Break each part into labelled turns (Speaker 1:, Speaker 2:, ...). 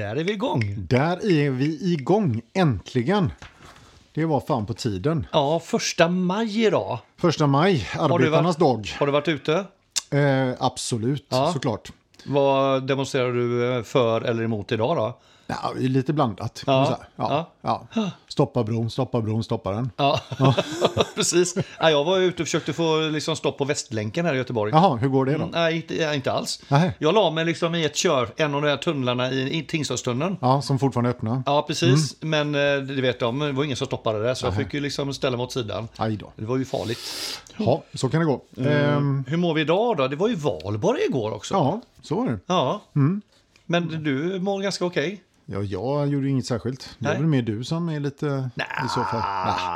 Speaker 1: där är vi igång.
Speaker 2: Där är vi igång, äntligen. Det var fan på tiden.
Speaker 1: Ja, 1 maj idag.
Speaker 2: 1 maj, arbetarnas dag.
Speaker 1: Har du varit ute?
Speaker 2: Absolut, såklart.
Speaker 1: Vad demonstrerar du för eller emot idag då?
Speaker 2: Ja, lite blandat. Ja. Stoppa bron, stoppa den.
Speaker 1: Ja, precis. Ja, jag var ute och försökte få liksom stopp på Västlänken här i Göteborg.
Speaker 2: Jaha, hur går det då?
Speaker 1: Nej, inte alls.
Speaker 2: Nej.
Speaker 1: Jag la mig liksom i en av de här tunnlarna i Tingstadstunneln.
Speaker 2: Ja, som fortfarande är öppna.
Speaker 1: Ja, precis. Men det vet de, det var ingen som stoppade det. Så jag fick ju liksom ställa mig åt sidan.
Speaker 2: Aj då.
Speaker 1: Det var ju farligt.
Speaker 2: Ja, så kan det gå.
Speaker 1: Hur mår vi idag då? Det var ju valborg igår också.
Speaker 2: Ja, så var det.
Speaker 1: Ja. Men du mår ganska okej.
Speaker 2: Ja, jag gjorde inget särskilt. Det är väl mer du som är lite i så fall.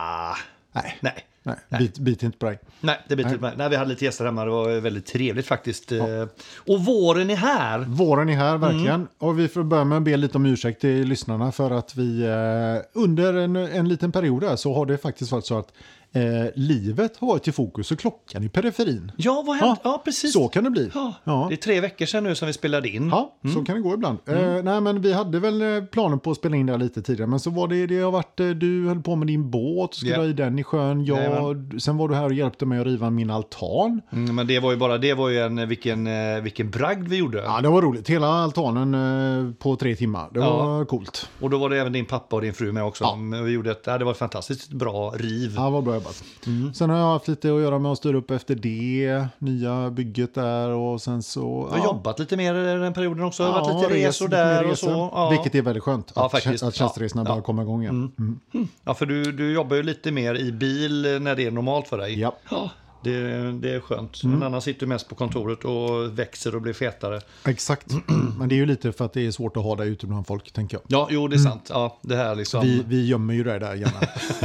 Speaker 2: Nej. Bit inte på dig.
Speaker 1: Nej, det biter inte på mig. Nej, vi hade lite gäster hemma. Det var väldigt trevligt faktiskt. Ja. Och våren är här.
Speaker 2: Våren är här, verkligen. Och vi får börja med att be lite om ursäkt till lyssnarna för att vi under en liten period här så har det faktiskt varit så att livet har varit i fokus och klockan i periferin.
Speaker 1: Ja, vad hänt? Ja, precis.
Speaker 2: Så kan det bli.
Speaker 1: Ja. Det är 3 veckor sedan nu som vi spelade in.
Speaker 2: Ja, så kan det gå ibland. Nej, men vi hade väl planen på att spela in det lite tidigare. Men så var det har varit, du höll på med din båt och skulle ha i den i sjön. Sen var du här och hjälpte mig att riva min altan.
Speaker 1: Men det var ju vilken bragd vi gjorde.
Speaker 2: Ja, det var roligt. Hela altanen på 3 timmar. Det var coolt.
Speaker 1: Och då var det även din pappa och din fru med också. Ja. Vi gjorde det var ett fantastiskt bra riv.
Speaker 2: Ja, det var bra jobbat. Sen har jag haft lite att göra med att styra upp efter det nya bygget där och sen så...
Speaker 1: Jag har jobbat lite mer den perioden också. Jag har varit lite resor där och så. Ja.
Speaker 2: Vilket är väldigt skönt att tjänsteresorna bara kommer igång igen.
Speaker 1: Ja, för du jobbar ju lite mer i bil när det är normalt för dig.
Speaker 2: Ja.
Speaker 1: Det är skönt. En annan sitter mest på kontoret och växer och blir fetare.
Speaker 2: Exakt. Men det är ju lite för att det är svårt att ha det ute bland folk, tänker jag.
Speaker 1: Ja, jo, det är sant. Ja, det här liksom...
Speaker 2: Vi gömmer ju det där gärna.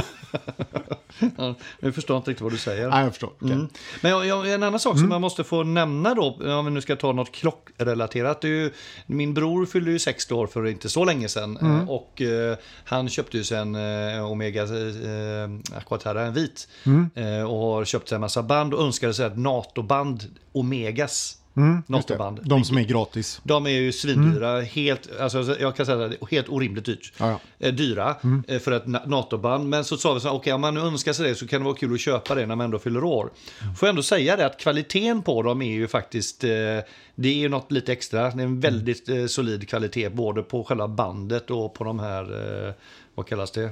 Speaker 1: Ja, jag förstår inte riktigt vad du säger.
Speaker 2: Nej, jag förstår. Okay.
Speaker 1: Men en annan sak som jag måste få nämna då, om vi nu ska ta något klockrelaterat, det är ju, min bror fyllde ju 60 år för inte så länge sedan och han köpte ju sen Omega Aquaterra, en vit, och har köpt sig en massa band och önskade sig ett NATO-band, Omegas. NATO-band.
Speaker 2: De som är gratis.
Speaker 1: De är ju svindyra, jag kan säga det, helt orimligt dyrt. Dyra för ett NATO-band. Men så sa vi så okej, om man nu önskar sig det så kan det vara kul att köpa det när man ändå fyller år. Får jag ändå säga det att kvaliteten på dem är ju faktiskt, det är ju något lite extra. Det är en väldigt solid kvalitet både på själva bandet och på de här, vad kallas det?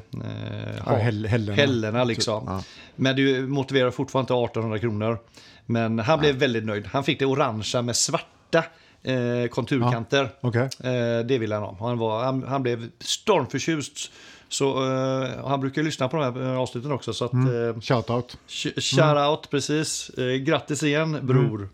Speaker 1: Hällorna liksom. Ja. Men det motiverar fortfarande inte 1800 kronor. Men han blev väldigt nöjd. Han fick det orangea med svarta konturkanter.
Speaker 2: Okay.
Speaker 1: Det ville han ha. Han blev stormförtjust. Så han brukar lyssna på de här avsnitten också. Så att,
Speaker 2: shoutout.
Speaker 1: Shoutout, precis. Grattis igen, bror.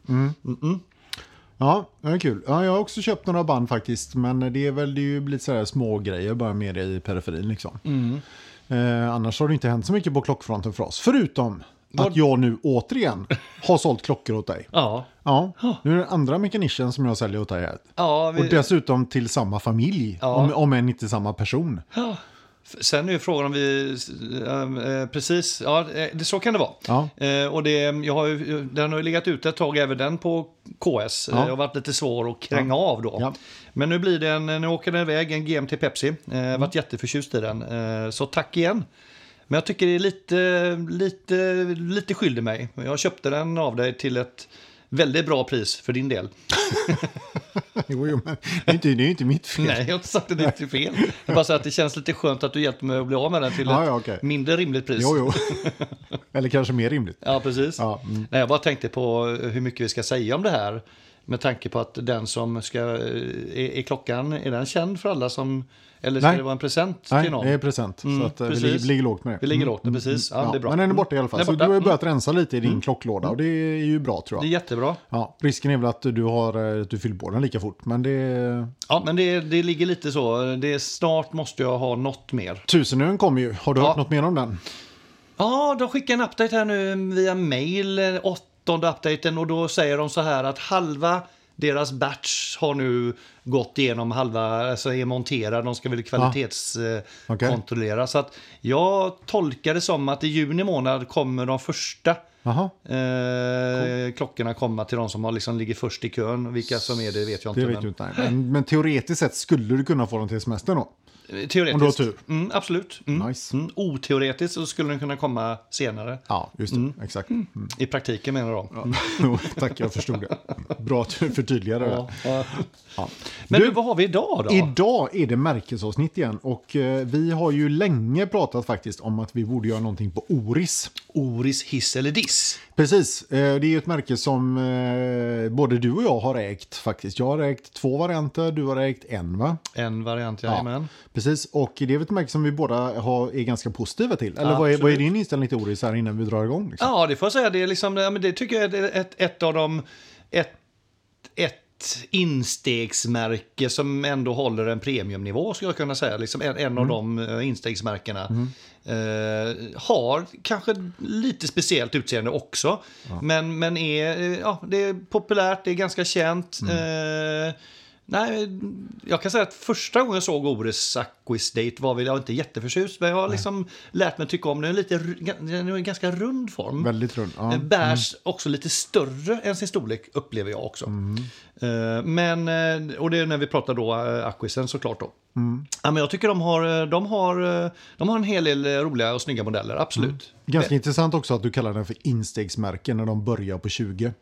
Speaker 2: Ja, det är kul. Ja, jag har också köpt några band faktiskt. Men det är väl ju blivit så här små grejer bara med det i periferin liksom. Annars har det inte hänt så mycket på klockfronten för oss. Förutom att jag nu återigen har sålt klockor åt dig.
Speaker 1: Ja.
Speaker 2: Nu är det andra mekanischen som jag säljer åt dig här.
Speaker 1: Ja,
Speaker 2: och dessutom till samma familj. Om än inte samma person.
Speaker 1: Ja. Sen är ju frågan om vi... precis, ja, så kan det vara.
Speaker 2: Ja.
Speaker 1: Och den har ju legat ute ett tag även den på KS. Det har varit lite svår att kränga av då. Ja. Men nu blir det nu åker den iväg en GMT Pepsi. Varit jätteförtjust i den. Så tack igen. Men jag tycker det är lite skyldig mig. Jag köpte den av dig till ett väldigt bra pris för din del.
Speaker 2: Jo, men det är inte mitt fel.
Speaker 1: Nej, jag har inte sagt att det är inte fel. Jag bara säger att det känns lite skönt att du hjälpte mig att bli av med den till ett mindre rimligt pris.
Speaker 2: Jo. Eller kanske mer rimligt.
Speaker 1: Ja, precis.
Speaker 2: Ja,
Speaker 1: Nej, jag bara tänkte på hur mycket vi ska säga om det här. Med tanke på att den som är klockan, är den känd för alla som... Eller ska det vara en present till någon?
Speaker 2: Nej, det är present. Så att vi ligger lågt med det.
Speaker 1: Vi ligger lågt, precis. Ja, det är bra.
Speaker 2: Men den är borta i alla fall. Så du har börjat rensa lite i din klocklåda. Och det är ju bra, tror jag.
Speaker 1: Det är jättebra.
Speaker 2: Ja, risken är väl att du fyller på den lika fort. Men det...
Speaker 1: Ja, men det ligger lite så. Snart måste jag ha något mer.
Speaker 2: 1000 kommer ju. Har du hört något mer om den?
Speaker 1: Ja, de skickar en update här nu via mail. 8:e updaten. Och då säger de så här att halva deras batch har nu gått igenom halva, alltså är monterad, de ska väl kvalitetskontrollera. Så att jag tolkar det som att i juni månad kommer de första klockorna komma till de som har liksom ligger först i kön. Vilka som är det vet jag inte.
Speaker 2: Det vet du inte. Men teoretiskt sett skulle du kunna få dem till semester då?
Speaker 1: Teoretiskt.
Speaker 2: Om du har tur.
Speaker 1: Absolut.
Speaker 2: Nice.
Speaker 1: Oteoretiskt så skulle den kunna komma senare.
Speaker 2: Ja, just det. Exakt.
Speaker 1: I praktiken menar de.
Speaker 2: Ja. Tack, jag förstod det. Bra att du förtydligade det.
Speaker 1: Ja. Men vad har vi idag då?
Speaker 2: Idag är det märkesavsnitt igen. Och vi har ju länge pratat faktiskt om att vi borde göra någonting på Oris.
Speaker 1: Oris hiss eller diss.
Speaker 2: Precis, det är ju ett märke som både du och jag har ägt faktiskt. Jag har ägt 2 varianter, du har ägt en va?
Speaker 1: En variant, jajamän.
Speaker 2: Precis, och det är ett märke som vi båda är ganska positiva till. Eller vad är din inställning till Oris här innan vi drar igång? Liksom?
Speaker 1: Ja, det får jag säga. Det, är liksom, men det tycker jag är ett av de... Ett instegsmärke som ändå håller en premiumnivå, skulle jag kunna säga. Liksom en av de instegsmärkena. Har kanske lite speciellt utseende också. Men är, det är populärt, det är ganska känt. Nej, jag kan säga att första gången jag såg Oris Aquistate var jag inte jätteförtjust, men jag har liksom lärt mig tycka om den. Den är en ganska rund form.
Speaker 2: Väldigt rund. Ja.
Speaker 1: Bärs också lite större än sin storlek, upplever jag också. Men, och det är när vi pratar då Aquisen såklart då. Ja, men jag tycker de har en hel del roliga och snygga modeller, absolut.
Speaker 2: Ganska intressant också att du kallar den för instegsmärken när de börjar på 20.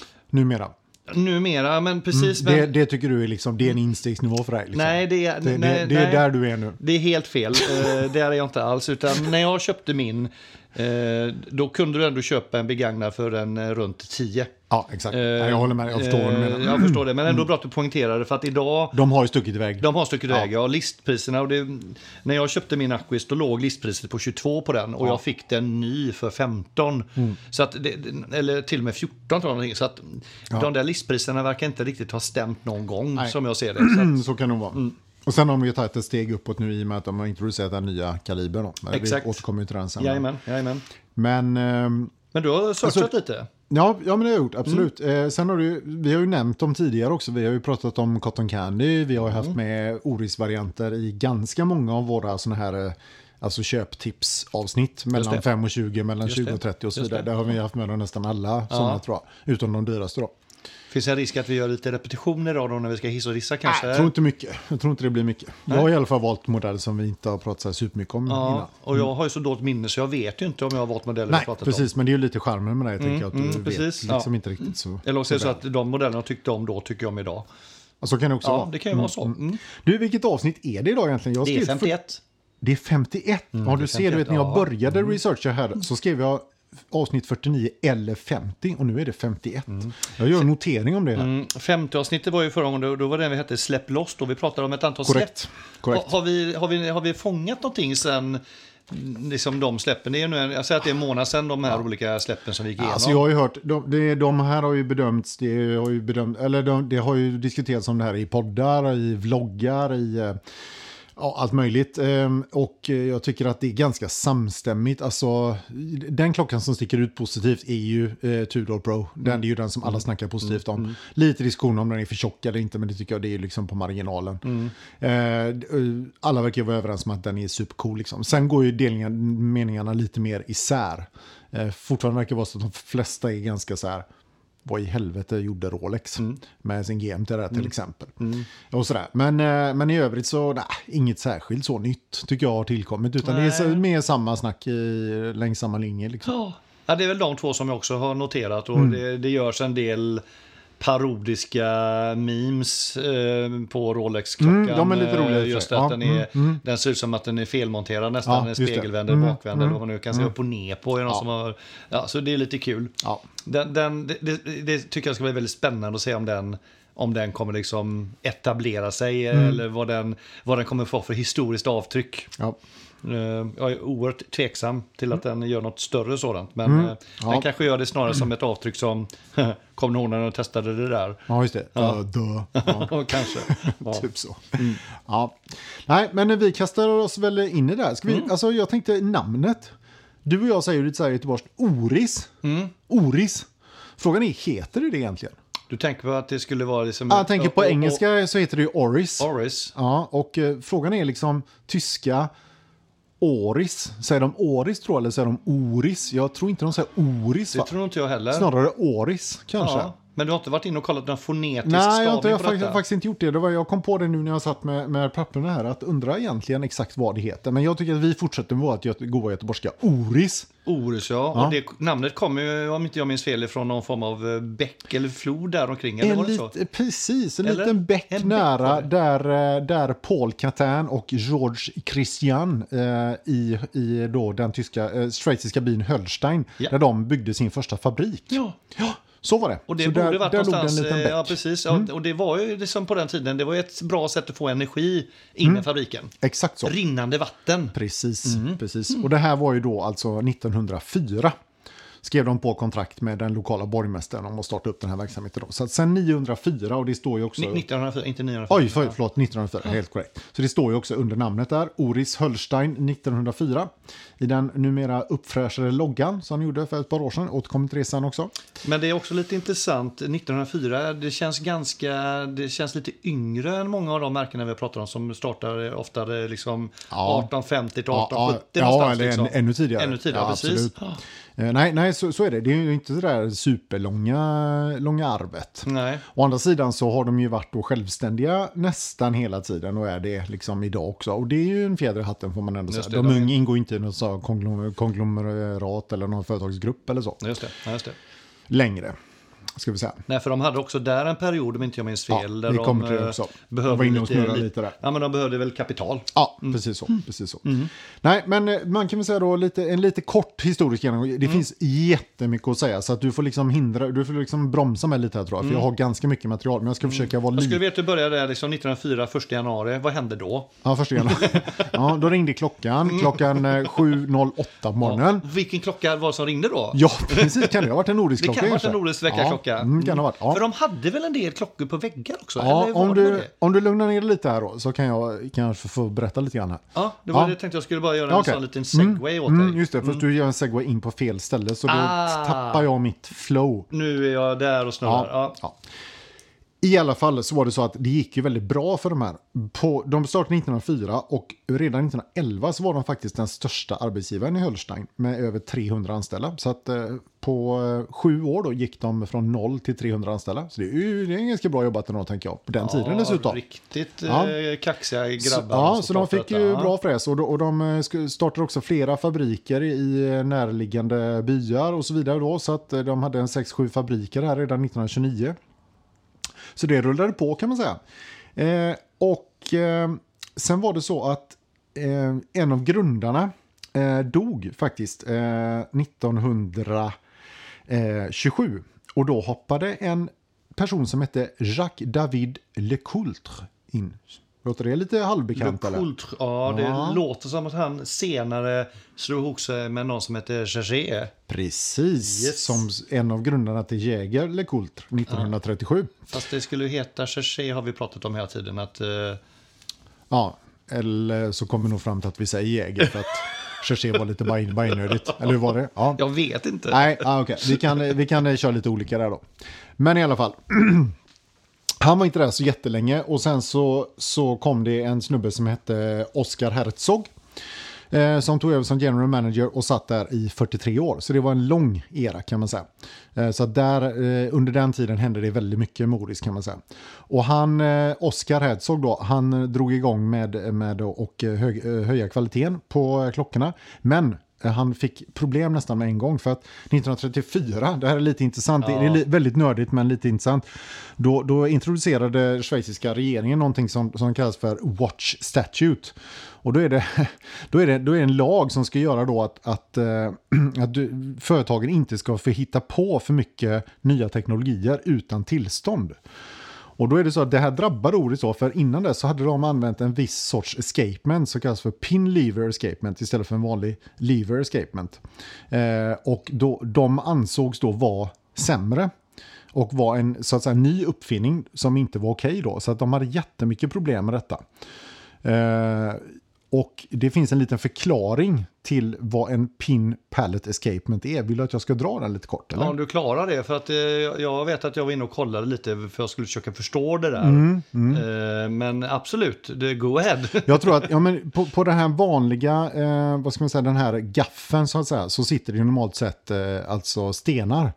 Speaker 2: Numera, men precis. Det tycker du är liksom, det är en instegsnivå för dig? Liksom.
Speaker 1: Nej, det är
Speaker 2: där du är nu.
Speaker 1: Det är helt fel. Det är jag inte alls. Utan när jag köpte min, då kunde du ändå köpa en begagnad för en runt 10.
Speaker 2: Ja, exakt. Jag håller med. Jag förstår vad du menar.
Speaker 1: Jag förstår det, men ändå bra att du poängterade, för att idag...
Speaker 2: De har ju stuckit iväg.
Speaker 1: Ja, listpriserna. Och när jag köpte min Aquis, då låg listpriset på 22 på den. Och jag fick den ny för 15. Så att eller till och med 14 tror jag. Så att de där listpriserna verkar inte riktigt ha stämt någon gång, som jag ser det.
Speaker 2: Så kan det vara. Och sen har de ju tagit ett steg uppåt nu i och med att de har introducerat den nya Kaliber. Då.
Speaker 1: Exakt.
Speaker 2: Vi återkommer till den sen.
Speaker 1: Jajamän.
Speaker 2: Men
Speaker 1: du har searchat lite?
Speaker 2: Ja, men det har jag gjort, absolut. Sen har vi har ju nämnt dem tidigare också. Vi har ju pratat om Cotton Candy. Vi har haft med Oris-varianter i ganska många av våra såna här alltså köptips-avsnitt. Mellan 5 och 20, mellan 20 och 30 och så vidare. Där har vi haft med dem nästan alla sådana, tror jag. Utom de dyraste då.
Speaker 1: Finns det en risk att vi gör lite repetitioner då när vi ska hissa och dissa kanske?
Speaker 2: Nej, jag tror inte mycket. Jag tror inte det blir mycket. Jag har i alla fall valt modeller som vi inte har pratat så supermycket om innan.
Speaker 1: Och jag har ju så dåligt minne så jag vet ju inte om jag har valt modeller
Speaker 2: jag pratat precis, om. Men det är ju lite charmen med det. Jag tänker att du
Speaker 1: precis,
Speaker 2: vet liksom inte riktigt så.
Speaker 1: Eller också så att de modellerna tyckte om då tycker jag om idag.
Speaker 2: Och så kan det också vara.
Speaker 1: Det kan ju vara så.
Speaker 2: Du, vilket avsnitt är det idag egentligen?
Speaker 1: Det är 51.
Speaker 2: Det är 51? Ja, du ser, du vet, när jag började researcha här så skrev jag avsnitt 49 eller 50 och nu är det 51. Jag gör en notering om det här.
Speaker 1: 50 avsnittet var ju förra gången, då var det vi hette Släpp loss, då vi pratade om ett antal släpp.
Speaker 2: Korrekt.
Speaker 1: Har vi fångat någonting sen liksom de släppen? Det är nu, jag säger att det är en månad sedan de här olika släppen som vi gick igenom.
Speaker 2: Alltså jag har ju hört, de här har ju bedömts, det har ju diskuterats om det här i poddar, i vloggar, i allt möjligt. Och jag tycker att det är ganska samstämmigt. Alltså, den klockan som sticker ut positivt är ju Tudor Pro. Den är ju den som alla snackar positivt om. Lite diskussion om den är för tjock eller inte, men det tycker jag det är liksom på marginalen. Alla verkar vara överens om att den är supercool. Liksom. Sen går ju meningarna lite mer isär. Fortfarande verkar det vara så att de flesta är ganska så här: vad i helvete gjorde Rolex med sin GMT där till exempel. Och sådär. Men i övrigt så inget särskilt så nytt tycker jag har tillkommit. Utan det är mer samma snack längs samma linje. Liksom.
Speaker 1: Ja, det är väl de två som jag också har noterat. Och det görs en del parodiska memes på Rolex-klockan.
Speaker 2: De är lite roliga.
Speaker 1: Just att den ser ut som att den är felmonterad nästan. Den spegelvänder, bakvänder. Eller vad man nu kan se upp och ner på. Någon som har, så det är lite kul. Ja. Det tycker jag ska bli väldigt spännande att se om den kommer liksom etablera sig eller vad den kommer få för historiskt avtryck. Ja. Jag är oerhört tveksam till att den gör något större sådant. Men den kanske gör det snarare som ett avtryck som kom någon när de testade det där.
Speaker 2: Ja, just det.
Speaker 1: Kanske.
Speaker 2: Typ så. Ja. Nej, men vi kastar oss väl in i det här. Ska vi, alltså, jag tänkte namnet. Du och jag säger lite så här i Göteborgs Oris. Oris. Frågan är, heter det egentligen?
Speaker 1: Du tänker på att det skulle vara liksom...
Speaker 2: Jag tänker på engelska så heter det ju Oris.
Speaker 1: Oris.
Speaker 2: Ja, och frågan är liksom tyska Oris. Säger de Oris tror jag, eller säger de Oris? Jag tror inte de säger Oris.
Speaker 1: Det tror inte jag heller.
Speaker 2: Snarare Oris kanske.
Speaker 1: Ja, men du har inte varit inne och kollat någon fonetisk
Speaker 2: stavning på detta? Nej, jag har faktiskt inte gjort det. Jag kom på det nu när jag satt med papperna här, att undra egentligen exakt vad det heter. Men jag tycker att vi fortsätter med vårt goda göteborgska Oris.
Speaker 1: Oris, ja. Och det namnet kommer ju, om inte jag minns fel, från någon form av bäck eller flod där omkring. Eller var det så?
Speaker 2: Precis, en liten bäck nära där Paul Catin och George Christian i då den schweiziska byn Höllstein, där de byggde sin första fabrik.
Speaker 1: Ja.
Speaker 2: Så var det.
Speaker 1: Och det
Speaker 2: så
Speaker 1: borde
Speaker 2: där,
Speaker 1: varit
Speaker 2: där
Speaker 1: någonstans,
Speaker 2: låg det en liten bäck.
Speaker 1: ja precis. Och det var ju liksom på den tiden, det var ju ett bra sätt att få energi in i fabriken.
Speaker 2: Exakt så.
Speaker 1: Rinnande vatten.
Speaker 2: Precis. Och det här var ju då alltså 1904. Skrev de på kontrakt med den lokala borgmästaren om att starta upp den här verksamheten då. Så att sen 904, och det står ju också...
Speaker 1: 1904, inte 904.
Speaker 2: Oj, förlåt, 1904, helt korrekt. Så det står ju också under namnet där, Oris Höllstein 1904. I den numera uppfräschade loggan som han gjorde för ett par år sedan, återkommer till resan också.
Speaker 1: Men det är också lite intressant, 1904, det känns lite yngre än många av de märkena vi pratar om som startar ofta liksom 1850 till 1870
Speaker 2: ja, eller
Speaker 1: liksom.
Speaker 2: ännu tidigare.
Speaker 1: Ännu tidigare,
Speaker 2: ja,
Speaker 1: precis.
Speaker 2: Nej, så är det. Det är ju inte sådär superlånga arvet.
Speaker 1: Nej.
Speaker 2: Å andra sidan så har de ju varit då självständiga nästan hela tiden och är det liksom idag också. Och det är ju en fjäder i hatten får man ändå säga. De ingår inte i något konglomerat eller någon företagsgrupp eller så.
Speaker 1: Just det.
Speaker 2: Längre. Ska vi säga.
Speaker 1: Nej, för de hade också där en period, om inte jag minns fel, där
Speaker 2: vi kommer till det också.
Speaker 1: behövde
Speaker 2: lite där.
Speaker 1: Ja, men de behövde väl kapital.
Speaker 2: Ja, precis så. Nej, men man kan väl säga då en lite kort historisk genomgång. Det finns jättemycket att säga, så att du får liksom bromsa mig lite här tror jag, för jag har ganska mycket material, men jag ska försöka vara lite...
Speaker 1: Jag skulle veta att du började liksom 1904, 1 januari. Vad hände då?
Speaker 2: Ja, 1 januari. Ja, då ringde klockan 7.08 på morgonen.
Speaker 1: Ja, vilken klocka var det som ringde då?
Speaker 2: Ja, precis. Kan det ha varit en nordisk klocka?
Speaker 1: Det kan ha varit en nordisk väckarklocka.
Speaker 2: Kan det ha varit. Ja.
Speaker 1: För de hade väl en del klockor på väggar också?
Speaker 2: Ja,
Speaker 1: eller
Speaker 2: om du lugnar ner lite här då, så kan jag kanske få berätta lite grann här.
Speaker 1: Ja, det var det jag tänkte jag skulle bara göra en sån liten segway åt dig.
Speaker 2: Just det, först du gör en segway in på fel ställe, så då tappar jag mitt flow.
Speaker 1: Nu är jag där och snurrar. Ja.
Speaker 2: I alla fall så var det så att det gick ju väldigt bra för de här. De startade 1904 och redan 1911 så var de faktiskt den största arbetsgivaren i Höllstein med över 300 anställda. Så att på 7 år då gick de från 0 till 300 anställda. Så det är en ganska bra jobbat ändå, tänker jag, på den tiden dessutom.
Speaker 1: Riktigt kaxiga grabbar.
Speaker 2: Så de fick ju bra fräs och de startade också flera fabriker i närliggande byar och så vidare då. Så att de hade 6-7 fabriker här redan 1929. Så det rullade på, kan man säga. Sen var det så att en av grundarna dog faktiskt 1927. Och då hoppade en person som hette Jacques David Lecoultre in. Låter det lite halvbekant?
Speaker 1: Lecoultre, ja, det låter som att han senare slog ihop sig med någon som heter Jager.
Speaker 2: Precis, som en av grundarna till Jäger Lecoultre 1937.
Speaker 1: Fast det skulle heta Jager, har vi pratat om hela tiden. Att,
Speaker 2: Ja, eller så kommer vi nog fram till att vi säger Jäger för att Jager var lite bajnödigt. Eller hur var det? Ja.
Speaker 1: Jag vet inte.
Speaker 2: Nej, okej. Vi kan köra lite olika där då. Men i alla fall... Han var inte där så jättelänge och sen så kom det en snubbe som hette Oscar Herzog som tog över som general manager och satt där i 43 år. Så det var en lång era, kan man säga. Så där under den tiden hände det väldigt mycket Moris, kan man säga. Och Oscar Herzog då, han drog igång med att höja kvaliteten på klockorna. Men han fick problem nästan med en gång, för att 1934, det här är lite intressant, det är väldigt nördigt men lite intressant, då introducerade schweiziska regeringen någonting som kallas för Watch Statute. Och då är det en lag som ska göra då att företagen inte ska få hitta på för mycket nya teknologier utan tillstånd. Och då är det så att det här drabbar ordet så, för innan det så hade de använt en viss sorts escapement som kallas för pin lever escapement istället för en vanlig lever escapement. Och de ansågs då vara sämre och var en så att säga ny uppfinning som inte var okej då. Så att de hade jättemycket problem med detta. Och det finns en liten förklaring till vad en pin pallet escapement är? Vill du att jag ska dra den lite kort? Eller?
Speaker 1: Ja, om du klarar det. För att jag vet att jag var inne och kollade lite för jag skulle försöka förstå det där. Men absolut, go ahead.
Speaker 2: Jag tror att på den här vanliga, vad ska man säga, den här gaffeln så att säga, så sitter det normalt sett alltså stenar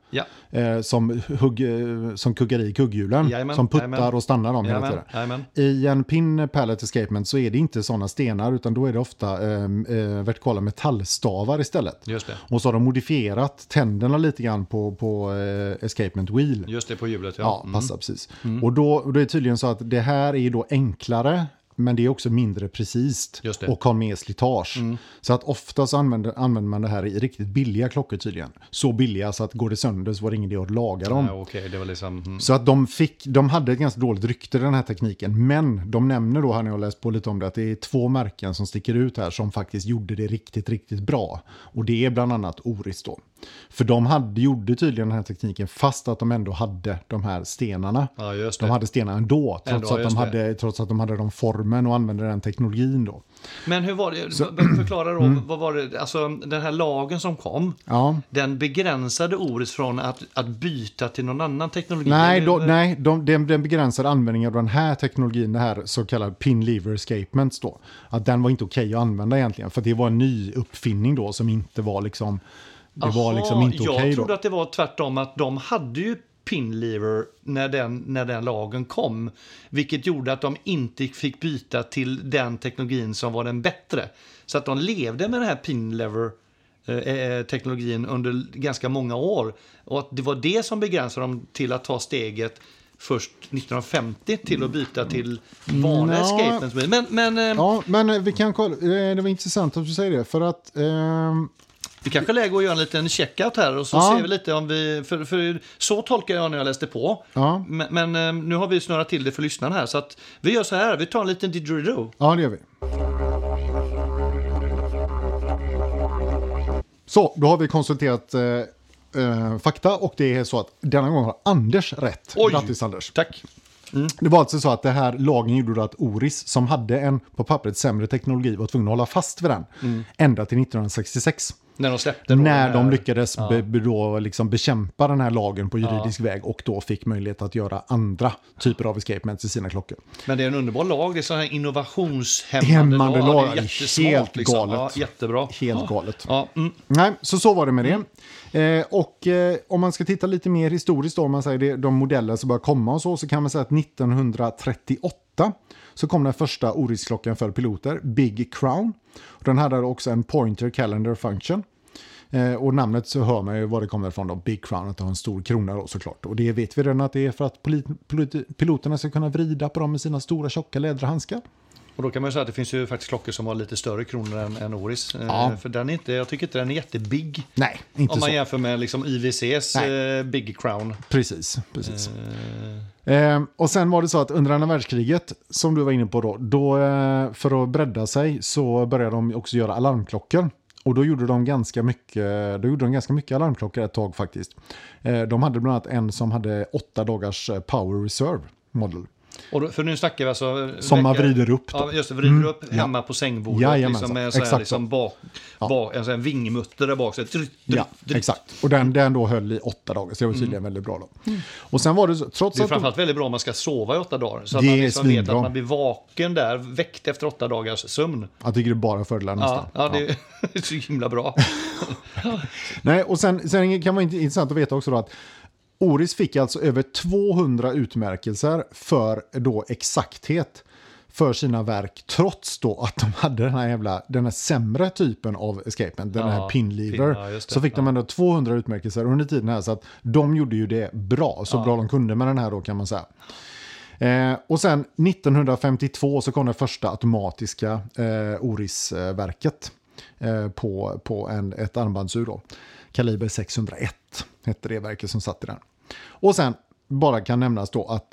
Speaker 2: som kuggar i kugghjulen, som puttar och stannar dem hela tiden. I en pin pallet escapement så är det inte sådana stenar, utan då är det ofta vertikala metallstavar istället.
Speaker 1: Just det.
Speaker 2: Och så har de modifierat tänderna lite grann på escapement wheel.
Speaker 1: Just det, på hjulet.
Speaker 2: Ja, passar precis. Och då är det tydligen så att det här är då enklare, men det är också mindre precis och har mer slitage. Så att oftast använder man det här i riktigt billiga klockor tydligen. Så billiga så att går det sönder så var det ingen idé att laga dem.
Speaker 1: Ja, okay, det var liksom,
Speaker 2: Så att de hade ett ganska dåligt rykte den här tekniken. Men de nämner då, här när jag läst på lite om det, att det är 2 märken som sticker ut här som faktiskt gjorde det riktigt, riktigt bra. Och det är bland annat Oris då. För de gjorde tydligen den här tekniken fast att de ändå hade de här stenarna.
Speaker 1: Ja, just det.
Speaker 2: De hade stenarna ändå, trots att de hade de formen och använde den teknologin då.
Speaker 1: Men hur var det? Förklara då, vad var det? Alltså den här lagen som kom, den begränsade Oris från att byta till någon annan teknologi?
Speaker 2: Den begränsade användningen av den här teknologin, det här så kallade pin lever escapements då. Att den var inte okej att använda egentligen, för det var en ny uppfinning då som inte var liksom... Det var liksom inte okej då.
Speaker 1: Jag trodde att det var tvärtom, att de hade ju pin lever när den lagen kom, vilket gjorde att de inte fick byta till den teknologin som var den bättre. Så att de levde med den här pin lever teknologin under ganska många år, och att det var det som begränsade dem till att ta steget först 1950 till att byta till vanliga escapements.
Speaker 2: Men vi kan kolla. Det var intressant att du säger det, för att
Speaker 1: vi kanske lägger att göra en liten checkout här och så ser vi lite om vi... För så tolkar jag när jag läste på. Ja. Men nu har vi snurrat till det för lyssnarna här. Så att vi gör så här. Vi tar en liten didgeridoo.
Speaker 2: Ja, det gör vi. Så, då har vi konsulterat fakta. Och det är så att denna gång har Anders rätt.
Speaker 1: Oj,
Speaker 2: grattis Anders.
Speaker 1: Tack.
Speaker 2: Det var alltså så att det här lagen gjorde att Oris, som hade en på pappret sämre teknologi, var tvungen att hålla fast vid den ända till 1966.
Speaker 1: När de släppte
Speaker 2: de lyckades liksom bekämpa den här lagen på juridisk väg och då fick möjlighet att göra andra typer av escapements i sina klockor.
Speaker 1: Men det är en underbar lag, det är sån här innovationshämmande lag. Det är jättesmart,
Speaker 2: helt
Speaker 1: liksom.
Speaker 2: galet.
Speaker 1: Ja, jättebra.
Speaker 2: Helt galet.
Speaker 1: Ja.
Speaker 2: Nej, så var det med det. Och om man ska titta lite mer historiskt då, om man säger de modeller som börjar komma och så kan man säga att 1938 så kom den första Oris-klockan för piloter, Big Crown. Den hade också en pointer calendar function. Och namnet så hör man ju var det kommer ifrån då, Big Crown, att det har en stor krona då såklart. Och det vet vi redan att det är för att piloterna ska kunna vrida på dem med sina stora tjocka läderhandskar.
Speaker 1: Och då kan man ju säga att det finns ju faktiskt klockor som har lite större kronor än Oris. För den är inte, jag tycker inte den är jättebig.
Speaker 2: Nej, inte så.
Speaker 1: Om man jämför med liksom IWCs Big Crown.
Speaker 2: Precis. Och sen var det så att under andra världskriget, som du var inne på då för att bredda sig så började de också göra alarmklockor. Och då gjorde de ganska mycket alarmklockor ett tag faktiskt. De hade bland annat en som hade 8 dagars power reserve model.
Speaker 1: Och för nu snackar vi alltså...
Speaker 2: Som man vrider upp då.
Speaker 1: Ja, just det, vrider upp hemma på sängbordet. Liksom med så här, liksom en sån här vingmutter där bak. Så
Speaker 2: exakt. Och den då höll i 8 dagar. Så det var tydligen väldigt bra då. Och sen var det så, trots
Speaker 1: det är framförallt väldigt bra om man ska sova i 8 dagar. Så att
Speaker 2: man
Speaker 1: liksom vet att man blir vaken där, väckt efter 8 dagars sömn.
Speaker 2: Jag tycker det är bara fördelar nästan.
Speaker 1: Ja, det är så himla bra.
Speaker 2: Nej, och sen kan vara intressant att veta också då att Oris fick alltså över 200 utmärkelser för då exakthet för sina verk, trots då att de hade den här sämre typen av escapement, den här pin lever. Så fick de ändå 200 utmärkelser under tiden här, så att de gjorde ju det bra, så bra de kunde med den här då, kan man säga. Och sen 1952 så kom det första automatiska Oris-verket på ett armbandsur då. Kaliber 601 hette det verket som satt i den. Och sen bara kan nämnas då att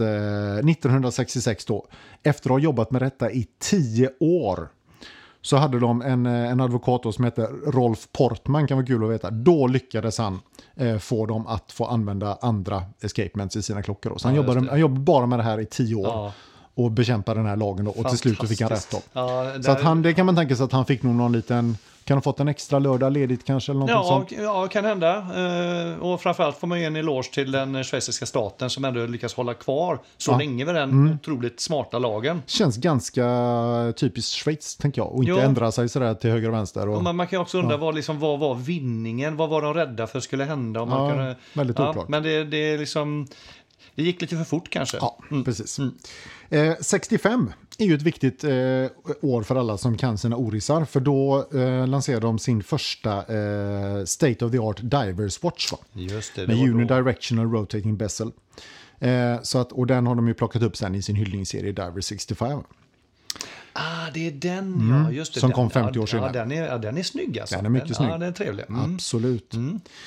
Speaker 2: 1966 då, efter att ha jobbat med detta i 10 år, så hade de en advokat då som heter Rolf Portman, kan vara kul att veta. Då lyckades han få dem att få använda andra escapements i sina klockor då. Så han jobbade bara med det här i 10 år. Ja. Och bekämpa den här lagen då. Och till slut fick han rätt då. Ja, så att det kan man tänka sig att han fick nog någon liten Kan ha fått en extra lördag ledigt kanske eller något sånt.
Speaker 1: Ja, kan hända. Och framförallt får man ge en eloge till den schweiziska staten som ändå lyckas hålla kvar så länge med den otroligt smarta lagen.
Speaker 2: Känns ganska typiskt Schweiz, tänker jag. Och inte ändra sig sådär till höger och vänster. Och
Speaker 1: man kan också undra vad var vinningen? Vad var de rädda för skulle hända? Om man kunde,
Speaker 2: väldigt oklart.
Speaker 1: Men det är liksom... Det gick lite för fort kanske.
Speaker 2: Ja, precis. 65 är ju ett viktigt år för alla som kan sina orisar. För då lanserade de sin första State of the Art Divers Watch. Va?
Speaker 1: Just det,
Speaker 2: med Unidirectional Rotating Bezel. Och den har de ju plockat upp sen i sin hyllningsserie Diver 65.
Speaker 1: Det är den, just det.
Speaker 2: Som kom 50 år sedan.
Speaker 1: Den är snygg alltså.
Speaker 2: Den är mycket snygg.
Speaker 1: Ja, den är trevlig.
Speaker 2: Absolut.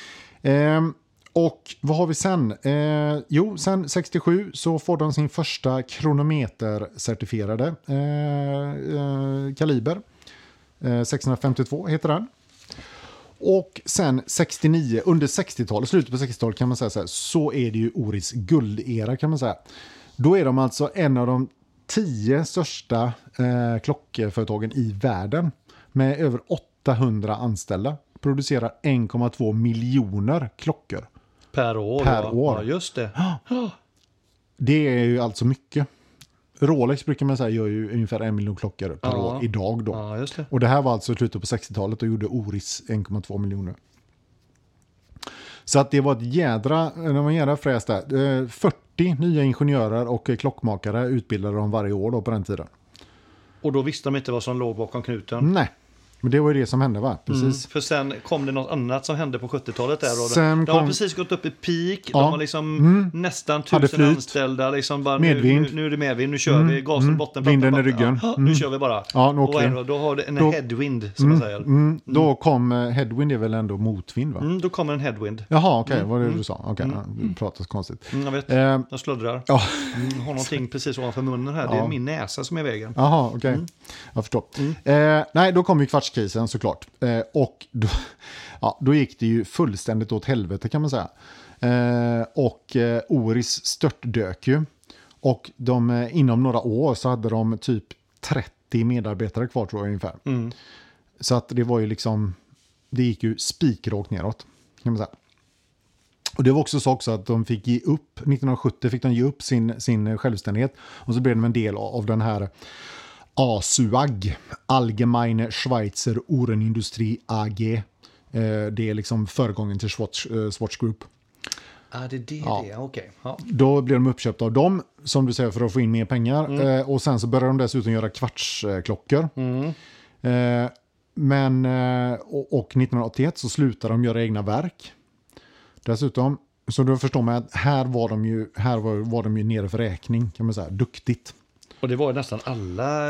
Speaker 2: Och vad har vi sen? Sen 67 så får de sin första kronometer-certifierade kaliber. 652 heter den. Och sen 69, under 60-talet, slutet på 60-talet kan man säga så är det ju Oris guldera kan man säga. Då är de alltså en av de 10 största klockföretagen i världen med över 800 anställda. Producerar 1,2 miljoner klockor.
Speaker 1: Per år. Ja, just det.
Speaker 2: Det är ju alltså mycket. Rolex brukar man säga gör ju ungefär 1 miljon klockor per år idag då.
Speaker 1: Ja, just det.
Speaker 2: Och det här var alltså slutet på 60-talet och gjorde Oris 1,2 miljoner. Så att det var ett jädra fräs där. 40 nya ingenjörer och klockmakare utbildade de varje år då på den tiden.
Speaker 1: Och då visste de inte vad som låg bakom knuten?
Speaker 2: Nej. Men det var ju det som hände, va? Precis.
Speaker 1: För sen kom det något annat som hände på 70-talet där. De har precis gått upp i peak. De har liksom nästan 1000 anställda. Liksom bara,
Speaker 2: medvind.
Speaker 1: Nu är det medvind. Nu kör vi. Gasen, botten,
Speaker 2: vinden i ryggen.
Speaker 1: Nu kör vi bara.
Speaker 2: Ja, nu åker
Speaker 1: och då har det en headwind, som man säger.
Speaker 2: Då kom headwind är väl ändå motvind, va?
Speaker 1: Då kommer en headwind.
Speaker 2: Jaha, okej. Vad var det du sa? Okej, du pratar konstigt.
Speaker 1: Jag vet. Jag sluddrar.
Speaker 2: Ja.
Speaker 1: Har någonting precis ovanför munnen här. Det är min näsa som är i vägen.
Speaker 2: Jaha, okej. Jag förstår. Nej, då kom ju kvartskrisen såklart. Och då gick det ju fullständigt åt helvete kan man säga. Och Oris störtdök ju. Och inom några år så hade de typ 30 medarbetare kvar tror jag ungefär. Så att det var ju liksom, det gick ju spikrakt neråt kan man säga. Och det var också så också att de fick ge upp, 1970 fick de ge upp sin självständighet. Och så blev de en del av den här ASUAG, Allgemeine Schweizer Uhrenindustrie AG. Det är liksom föregången till Swatch Group.
Speaker 1: Det är det. Okej. Ja.
Speaker 2: Då blev de uppköpta av dem, som du säger, för att få in mer pengar. Och sen så började de dessutom göra kvartsklockor. Och 1981 så slutade de göra egna verk. Dessutom, så då förstår man att här var de ju nere för räkning, kan man säga, duktigt.
Speaker 1: Och det var nästan alla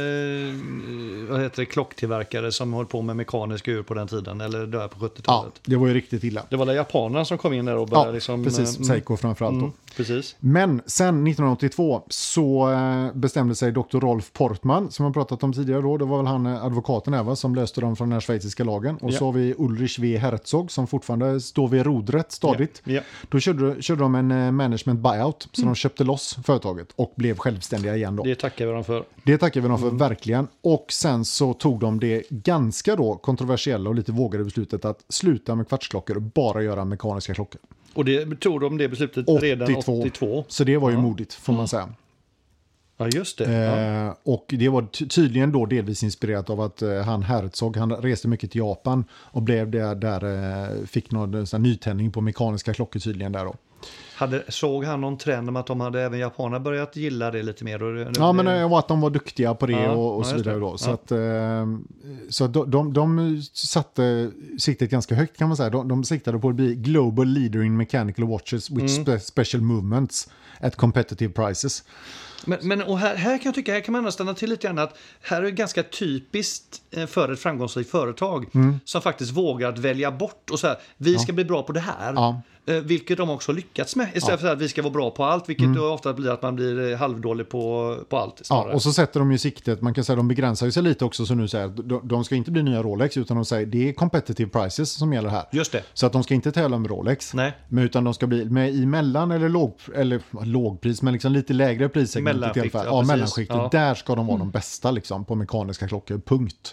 Speaker 1: klocktillverkare som höll på med mekaniska ur på den tiden, eller där på 70-talet.
Speaker 2: Ja, det var ju riktigt illa.
Speaker 1: Det var där japanerna som kom in där och började
Speaker 2: precis. Seiko framförallt då.
Speaker 1: Precis.
Speaker 2: Men sen 1982 så bestämde sig Dr. Rolf Portman, som jag pratat om tidigare då. Det var väl han advokaten där, som löste dem från den här schweiziska lagen. Och så har vi Ulrich W. Herzog som fortfarande står vid rodret stadigt. Då körde de en management buyout, så de köpte loss företaget och blev självständiga igen då.
Speaker 1: Det tackar vi dem för.
Speaker 2: Det tackar vi dem för, verkligen. Och sen så tog de det ganska då kontroversiella och lite vågade beslutet att sluta med kvartsklockor och bara göra mekaniska klockor.
Speaker 1: Och det tog de det beslutet redan 82.
Speaker 2: Så det var ju modigt, får man säga.
Speaker 1: Ja, just det.
Speaker 2: Och det var tydligen då delvis inspirerat av att han Herzog, han reste mycket till Japan och blev fick någon nytändning på mekaniska klockor tydligen där då.
Speaker 1: Såg han någon trend om att de hade även japaner börjat gilla det lite mer?
Speaker 2: Men att de var duktiga på det och så vidare då. Så att de satte siktet ganska högt kan man säga. De siktade på att bli global leader in mechanical watches with special movements at competitive prices.
Speaker 1: Men och här kan jag tycka, här kan man stanna till lite grann att här är det ganska typiskt för ett framgångsrikt företag som faktiskt vågar att välja bort och säga vi ska bli bra på det här. Ja. Vilket de också lyckats med. Istället för att vi ska vara bra på allt. Vilket då ofta blir att man blir halvdålig på allt.
Speaker 2: Ja, och så sätter de ju siktet. Man kan säga att de begränsar ju sig lite också. Så nu säger de ska inte bli nya Rolex. Utan de säger det är competitive prices som gäller här.
Speaker 1: Just det.
Speaker 2: Så att de ska inte tävla med Rolex.
Speaker 1: Nej.
Speaker 2: Men utan de ska bli med i mellan eller lågpris. Men liksom lite lägre prissegmentet i alla fall. Ja, mellanskiktet. Ja. Där ska de vara de bästa liksom, på mekaniska klockor. Punkt.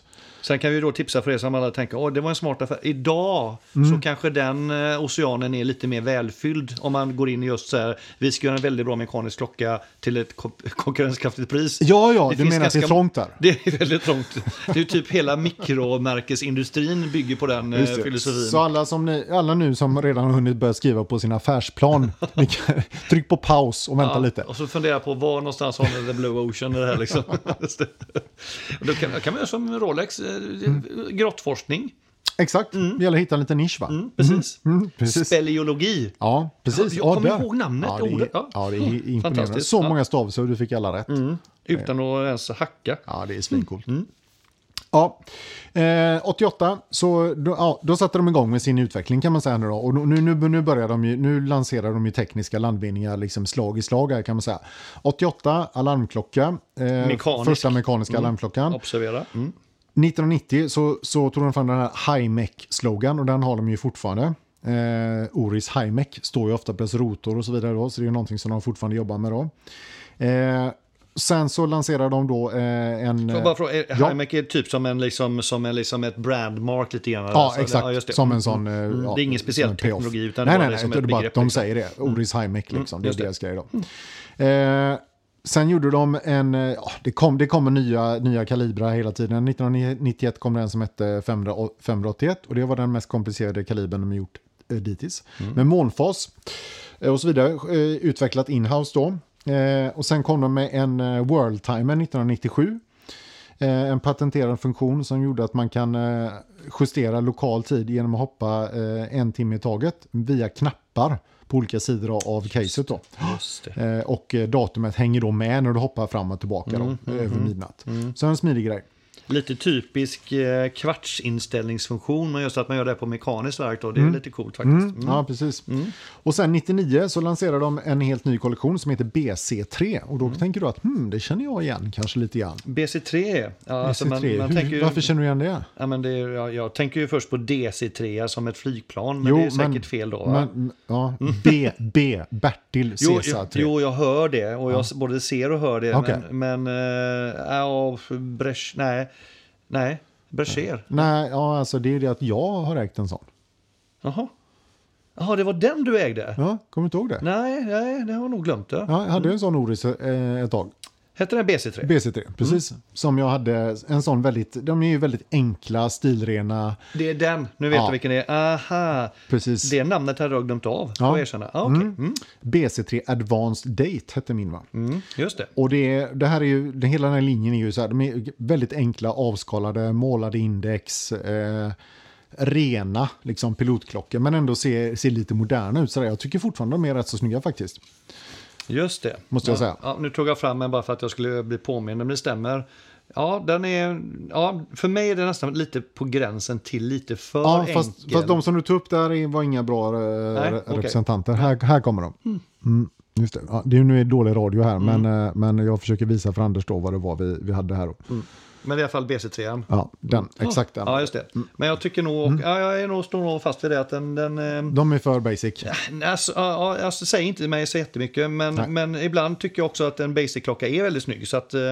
Speaker 1: Sen kan vi då tipsa för er som alla tänker, det var en smart affär. Idag så kanske den oceanen är lite mer välfylld om man går in i just så här, vi ska göra en väldigt bra mekanisk klocka till ett konkurrenskraftigt pris.
Speaker 2: Ja, du menar att det är trångt där?
Speaker 1: Det är väldigt trångt. Det är ju typ hela mikromärkesindustrin bygger på den filosofin.
Speaker 2: Så alla nu som redan har hunnit börja skriva på sin affärsplan, tryck på paus och vänta lite.
Speaker 1: Och så fundera på var någonstans har the blue ocean i det här liksom. Då kan man göra som Rolex, grottforskning.
Speaker 2: Exakt, det gäller att hitta en liten nisch, va?
Speaker 1: Precis. Speleologi.
Speaker 2: Ja, precis.
Speaker 1: Jag kommer ihåg namnet.
Speaker 2: Ja, det är imponerande. Så många stavelser och du fick alla rätt.
Speaker 1: Utan att ens hacka.
Speaker 2: Ja, det är svincoolt. Ja, 88 så då satte de igång med sin utveckling kan man säga nu då. Och nu börjar nu lanserar de ju tekniska landvinningar liksom slag i slag här kan man säga. 88 alarmklocka, första mekaniska alarmklockan.
Speaker 1: Observera.
Speaker 2: 1990 så tog de fram den här High-Mech-slogan och den har de ju fortfarande. Oris High-Mech står ju ofta på dess rotor och så vidare då, så det är någonting som de fortfarande jobbar med då. Sen så lanserar de då en...
Speaker 1: Så bara fråga, High-Mech är typ som ett brandmark lite grann.
Speaker 2: Ja, alltså, exakt. Ja, som en sån...
Speaker 1: det är ingen speciell teknologi utan
Speaker 2: nej,
Speaker 1: det är som ett begrepp.
Speaker 2: De säger det. Oris High-Mech liksom. Det är deras grej då. Sen gjorde de det kommer nya kalibrar hela tiden. 1991 kom den som hette 581 och det var den mest komplicerade kalibern de gjort dittills. Med månfas och så vidare utvecklat in-house då. Och sen kom de med en World Timer 1997. En patenterad funktion som gjorde att man kan justera lokal tid genom att hoppa 1 timme i taget via knappar på olika sidor av caset då. Och datumet hänger då med när du hoppar fram och tillbaka då, över midnatt. Så en smidig grej.
Speaker 1: Lite typisk kvartsinställningsfunktion, men just att man gör det på mekaniskt verk då, det är lite coolt faktiskt.
Speaker 2: Ja, precis. Och sen 99 så lanserar de en helt ny kollektion som heter BC3 och då tänker du att det känner jag igen kanske lite grann.
Speaker 1: BC3? Ja, alltså man tänker ju,
Speaker 2: varför känner du igen det?
Speaker 1: Ja, men jag tänker ju först på DC3 som ett flygplan, men det är säkert fel då.
Speaker 2: Bertil Cesar 3.
Speaker 1: Jo, jag hör det och jag både ser och hör det,
Speaker 2: okay.
Speaker 1: Nej, Berger.
Speaker 2: Nej, ja, alltså det är det att jag har ägt en sån.
Speaker 1: Jaha, det var den du ägde?
Speaker 2: Ja, kommer du inte ihåg det?
Speaker 1: Nej, det har jag nog glömt det.
Speaker 2: Ja, jag hade en sån Oris ett tag.
Speaker 1: Hette den BC3?
Speaker 2: BC3, precis. Som jag hade en sån de är ju väldigt enkla, stilrena.
Speaker 1: Det är den, nu vet jag vilken det är. Aha,
Speaker 2: precis.
Speaker 1: Det namnet hade jag glömt av, får jag erkänna.
Speaker 2: BC3 Advanced Date hette min va?
Speaker 1: Just det.
Speaker 2: Och det här är ju, hela den här linjen är ju så här, de är väldigt enkla, avskalade, målade index, rena liksom pilotklockor, men ändå ser lite moderna ut. Så där. Jag tycker fortfarande de är rätt så snygga faktiskt.
Speaker 1: Just det.
Speaker 2: Måste jag säga.
Speaker 1: Ja, nu tog jag fram en bara för att jag skulle bli påmind om det stämmer. Ja, den är... Ja, för mig är det nästan lite på gränsen till lite för enkel.
Speaker 2: Fast de som du tog upp där var inga bra representanter. Här kommer de. Just det. Ja, det är nu dålig radio här, men jag försöker visa för Anders då vad det var vi hade här.
Speaker 1: Men i alla fall BC3.
Speaker 2: Ja, exakt den.
Speaker 1: Ja, just det. Men jag tycker nog, står nog fast vid det att den
Speaker 2: de är för basic.
Speaker 1: Alltså säg inte mig så jättemycket, men ibland tycker jag också att en basic-klocka är väldigt snygg. Så att,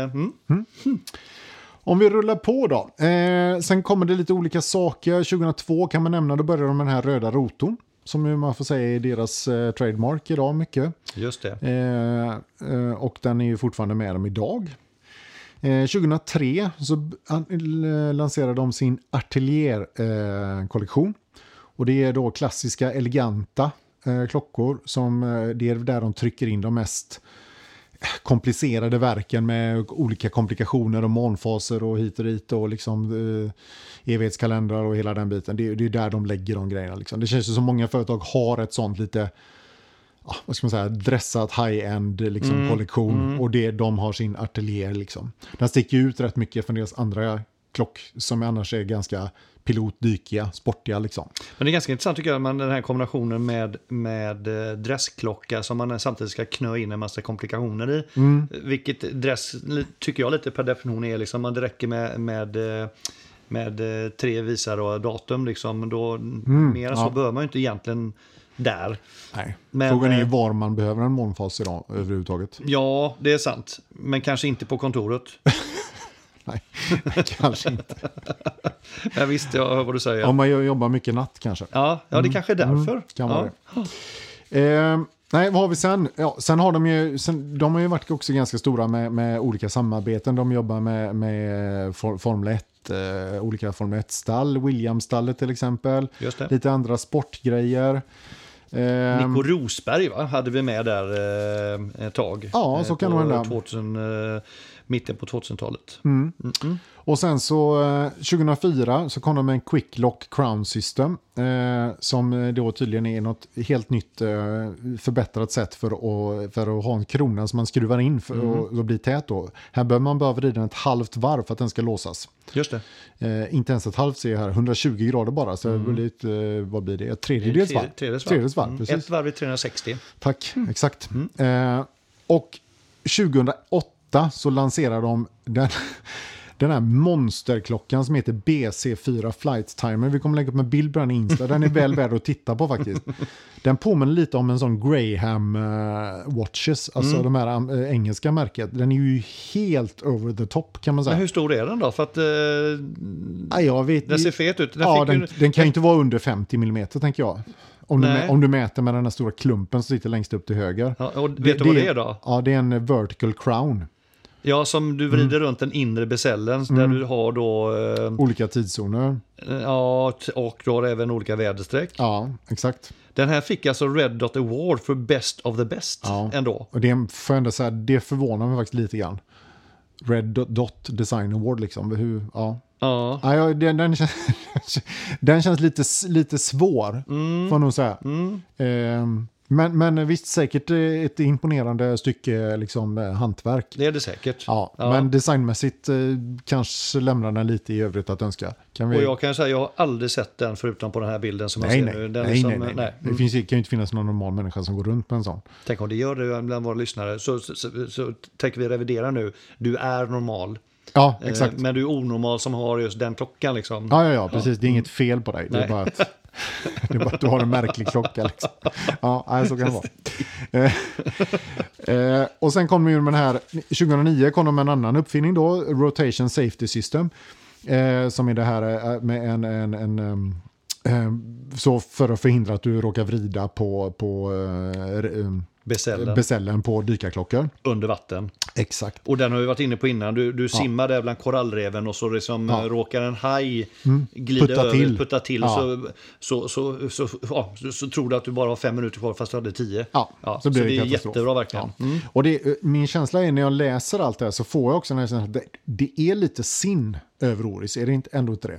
Speaker 2: Om vi rullar på då. Sen kommer det lite olika saker. 2002 kan man nämna, då börjar de med den här röda rotorn. Som man får säga är deras trademark idag mycket.
Speaker 1: Just det.
Speaker 2: Och den är ju fortfarande med dem idag. 2003 så lanserade de sin Atelier-kollektion. Och det är då klassiska, eleganta klockor som det är där de trycker in de mest komplicerade verken med olika komplikationer och månfaser och hit och dit och liksom evighetskalendrar och hela den biten. Det är där de lägger de grejerna. Liksom. Det känns ju som många företag har ett sånt lite vad ska man säga, dressat high-end liksom, kollektion och de har sin Atelier liksom. Den sticker ut rätt mycket från deras andra klock som annars är ganska pilotdykiga, sportiga liksom.
Speaker 1: Men det är ganska intressant tycker jag, den här kombinationen med dressklocka som man samtidigt ska knö in en massa komplikationer i. Vilket dress tycker jag lite per definition är liksom, man det räcker med 3 visar och datum liksom, då mer så bör man ju inte egentligen där.
Speaker 2: Nej, frågan är var man behöver en månfas idag överhuvudtaget.
Speaker 1: Ja, det är sant. Men kanske inte på kontoret.
Speaker 2: Nej, kanske inte.
Speaker 1: Jag visste vad du säger.
Speaker 2: Om man jobbar mycket natt kanske.
Speaker 1: Ja, det kanske är därför.
Speaker 2: Kan vara det. Nej, vad har vi sen? Ja, sen har de har ju varit också ganska stora med olika samarbeten. De jobbar med Formel 1, olika Formel 1-stall, Williams-stallet till exempel.
Speaker 1: Just det.
Speaker 2: Lite andra sportgrejer.
Speaker 1: Nico Rosberg hade vi med där ett tag.
Speaker 2: Ja, så kan det hända.
Speaker 1: Mitten på 2000-talet.
Speaker 2: Och sen så 2004 så kom de med en Quick Lock Crown System som då tydligen är något helt nytt förbättrat sätt för att ha en krona som man skruvar in för att bli tät då. Här behöver man bara vrida ett halvt varv för att den ska låsas.
Speaker 1: Just det.
Speaker 2: Inte ens ett halvt ser jag här, 120 grader bara. Så vad blir det? Ett tredjedels varv. Tredjedels varv, precis.
Speaker 1: Ett varv i 360.
Speaker 2: Tack, exakt. Och 2008 så lanserar de den här monsterklockan som heter BC4 Flight Timer. Vi kommer lägga upp en bild på den i Insta. Den är väl värd att titta på faktiskt. Den påminner lite om en sån Graham Watches. Alltså de här engelska märket. Den är ju helt over the top kan man säga.
Speaker 1: Men hur stor är den då? För att
Speaker 2: jag vet,
Speaker 1: den ser fet ut.
Speaker 2: Den kan ju inte vara under 50 mm tänker jag. Om du mäter med den här stora klumpen som sitter längst upp till höger.
Speaker 1: Ja, och vet du vad det är då?
Speaker 2: Ja, det är en vertical crown.
Speaker 1: Ja, som du vrider runt den inre becellen där du har då...
Speaker 2: olika tidszoner.
Speaker 1: Ja, och du har även olika väderstreck.
Speaker 2: Ja, exakt.
Speaker 1: Den här fick alltså Red Dot Award för Best of the Best ändå.
Speaker 2: Och det får jag ändå säga, det förvånar mig faktiskt lite grann. Red Dot Design Award liksom. Den känns lite svår, får jag nog säga. Men visst, säkert ett imponerande stycke liksom, hantverk.
Speaker 1: Det är det säkert.
Speaker 2: Ja. Men designmässigt kanske lämnar den lite i övrigt att önska.
Speaker 1: Och jag kan säga, jag har alddigt sett den förutom på den här bilden som jag ser nu.
Speaker 2: Nej. Det kan ju inte finnas någon normal människa som går runt med en sån.
Speaker 1: Tänk om det gör det bland våra lyssnare. Så tänker vi revidera nu. Du är normal.
Speaker 2: Ja, exakt.
Speaker 1: Men du är onormal som har just den klockan liksom.
Speaker 2: Ja, precis. Det är inget fel på dig. Det är bara att du har en märklig klocka liksom. Ja, så kan det vara. Och sen kom ju med den här 2009 kom de med en annan uppfinning då, Rotation Safety System, som är det här med en så för att förhindra att du råkar vrida på becellen på dykarklockor.
Speaker 1: Under vatten.
Speaker 2: Exakt.
Speaker 1: Och den har vi varit inne på innan. Du simmar där bland korallreven och så liksom råkar en haj glida putta till. Så tror du att du bara har 5 minuter kvar fast du hade 10.
Speaker 2: Så
Speaker 1: det är jättebra verkligen.
Speaker 2: Och min känsla är när jag läser allt det här så får jag också den här känslan att det är lite sin över Oris. Är det ändå inte det?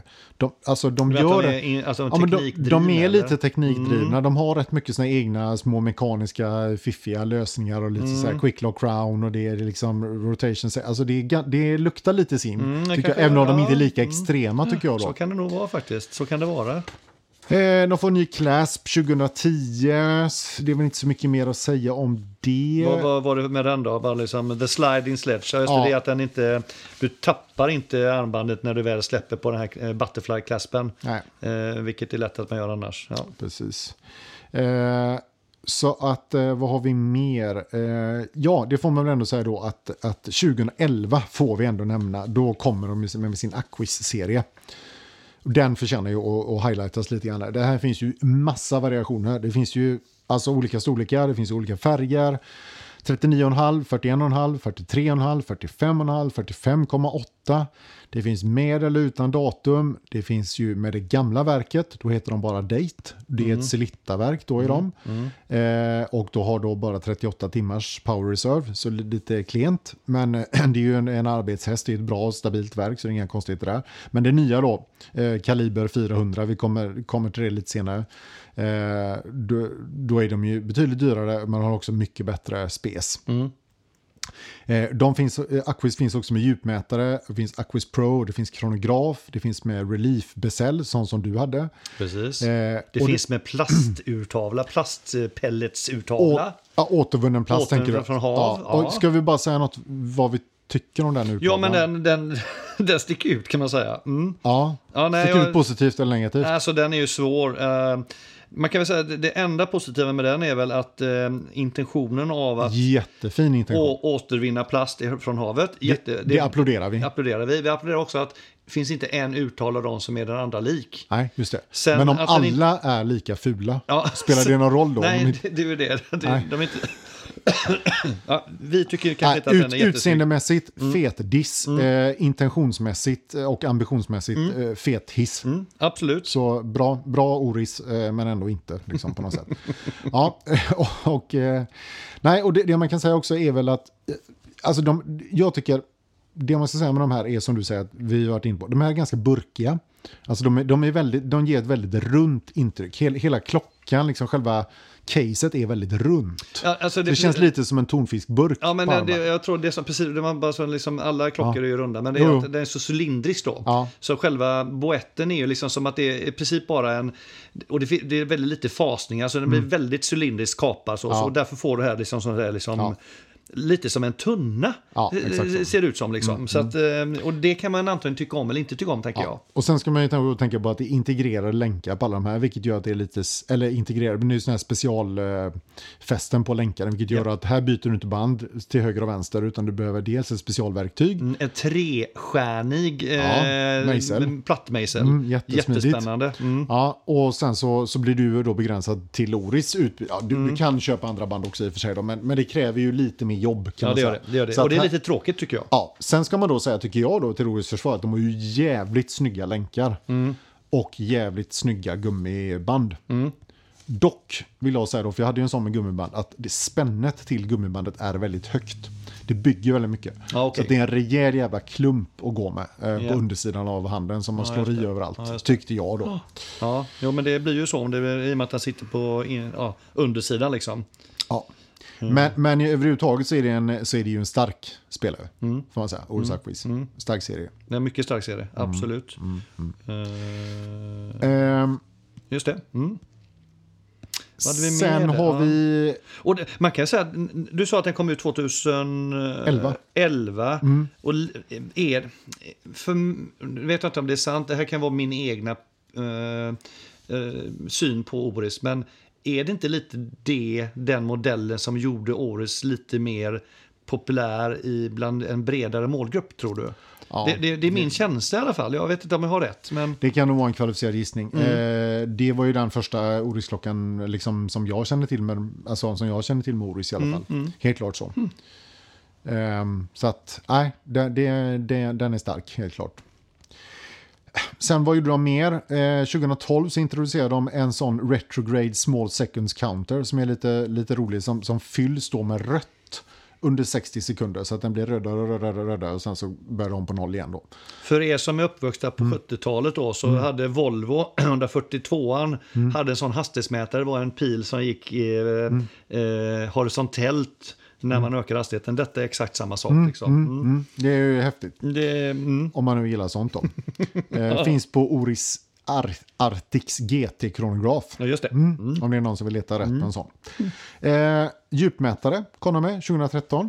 Speaker 2: De är lite teknikdrivna. De har rätt mycket sina egna små mekaniska fiffiga lösningar och lite så här quick lock crown och det är liksom rotation. Alltså det luktar lite sin. Även om de inte är lika extrema tycker jag då.
Speaker 1: Så kan det nog vara faktiskt. Så kan det vara.
Speaker 2: De får en ny clasp 2010. Det är väl inte så mycket mer att säga om det.
Speaker 1: Vad var det med den då? Bara liksom, the sliding sledge. Just det att den inte, du tappar inte armbandet när du väl släpper på den här butterfly-claspen. Vilket är lätt att man gör annars. Ja.
Speaker 2: Precis. Så att, vad har vi mer? Det får man väl ändå säga då att 2011 får vi ändå nämna. Då kommer de med sin Aquis-serie. Den förtjänar ju att highlightas lite grann. Det här finns ju massa variationer. Det finns ju alltså olika storlekar, det finns olika färger. 39,5, 41,5, 43,5, 45,5, 45,8. Det finns med eller utan datum. Det finns ju med det gamla verket. Då heter de bara Date. Det är ett Selitta-verk då i dem. Och då har då bara 38 timmars power reserve. Så lite klent. Men det är ju en arbetshäst. Det är ett bra och stabilt verk så det är inga konstigheter där. Men det nya då, kaliber 400. Vi kommer till det lite senare. Då är de ju betydligt dyrare. Men har också mycket bättre spes. Aquis finns också med djupmätare, det finns Aquis Pro, det finns kronograf, det finns med relief bezel, sånt som du hade.
Speaker 1: Precis. Det finns med plasturtavla, plastpelletsurtavla.
Speaker 2: Återvunnen plast tänker du.
Speaker 1: Från hav.
Speaker 2: Och ska vi bara säga något vad vi tycker om den urtavlan?
Speaker 1: Ja, men den sticker ut kan man säga.
Speaker 2: Sticker ut positivt eller negativt?
Speaker 1: Alltså den är ju svår. Man kan väl säga att det enda positiva med den är väl att intentionen av att
Speaker 2: jättefin intention.
Speaker 1: Återvinna plast från havet.
Speaker 2: Det applåderar vi.
Speaker 1: Vi applåderar också att det finns inte en uttal av dem som är den andra lik.
Speaker 2: Nej, just det. Men om alla är lika fula, spelar det någon roll då?
Speaker 1: Nej, det är ju det. De är inte... vi tycker kanske inte att den är jättesnygg.
Speaker 2: Utseendemässigt fet diss, intentionsmässigt och ambitionsmässigt fet hiss.
Speaker 1: Absolut.
Speaker 2: Så bra Oris, men ändå inte liksom, på något sätt. Ja, och det man kan säga också är väl att alltså jag tycker det man ska säga med de här är som du säger att vi har varit in på. De här är ganska burkiga. Alltså de ger ett väldigt runt intryck. Hela klockan, liksom själva caset är väldigt runt.
Speaker 1: Ja, alltså
Speaker 2: det känns lite som en tonfiskburk.
Speaker 1: Ja, men jag tror det är som precis det man bara så liksom alla klockor är ju runda, men det är att den är så cylindrisk då. Ja. Så själva boetten är ju liksom som att det är i princip bara en, och det är väldigt lite fasning, alltså den blir väldigt cylindrisk kapad så därför får det här liksom sån där liksom lite som en tunna ser det ut som liksom. Så att, och det kan man antagligen tycka om eller inte tycka om, tänker jag.
Speaker 2: Och sen ska man ju tänka på att det integrerar länkar på alla de här, vilket gör att det är lite, eller integrerar, men det är ju sån här specialfästen på länkarna, vilket gör att här byter du inte band till höger och vänster, utan du behöver dels ett specialverktyg.
Speaker 1: En trestjärnig plattmejsel. Jättespännande.
Speaker 2: Ja, och sen så blir du då begränsad till Oris utbud. Ja, du kan köpa andra band också i och för sig då, men det kräver ju lite mer jobb, kan man säga.
Speaker 1: Det gör det. Och det är lite tråkigt, tycker jag.
Speaker 2: Ja, sen ska man då säga, tycker jag då, till Oris försvar, att de har ju jävligt snygga länkar. Och jävligt snygga gummiband. Dock vill jag säga då, för jag hade ju en sån med gummiband, att det spännet till gummibandet är väldigt högt. Det bygger väldigt mycket. Så att det är en rejäl jävla klump att gå med på undersidan av handen som man slår i överallt, tyckte jag då.
Speaker 1: Ja, men det blir ju så om det är, i och med att den sitter på undersidan liksom.
Speaker 2: Ja. Men överhuvudtaget så är det ju en stark spelare, får man säga. Oris Aquis. Stark serie.
Speaker 1: Det är en mycket stark serie, absolut. Just det.
Speaker 2: Sen har vi...
Speaker 1: Och man kan säga att du sa att den kom ut 2011. Och vet jag inte om det är sant, det här kan vara min egna syn på Oris, men är det inte lite den modellen som gjorde Oris lite mer populär bland en bredare målgrupp, tror du? Ja, det är min känsla i alla fall. Jag vet inte om jag har rätt. Men...
Speaker 2: Det kan nog vara en kvalificerad gissning. Det var ju den första Oris-klockan liksom, som jag känner till med, alltså, som jag känner till med Oris i alla fall. Helt klart så. Så att, nej, den är stark, helt klart. Sen vad gjorde de mer? 2012 så introducerade de en sån retrograde small seconds counter som är lite rolig, som fylls då med rött under 60 sekunder, så att den blir rödare och sen så börjar de på noll igen då.
Speaker 1: För er som är uppvuxna på 70-talet då, så hade Volvo 142an hade en sån hastighetsmätare, det var en pil som gick horisontellt när man ökar hastigheten. Detta är exakt samma sak.
Speaker 2: Det är ju häftigt. Om man nu gillar sånt då. Finns på Oris Artix GT-kronograf.
Speaker 1: Ja, just det.
Speaker 2: Om det är någon som vill leta rätt på en sån. Djupmätare kom de med 2013.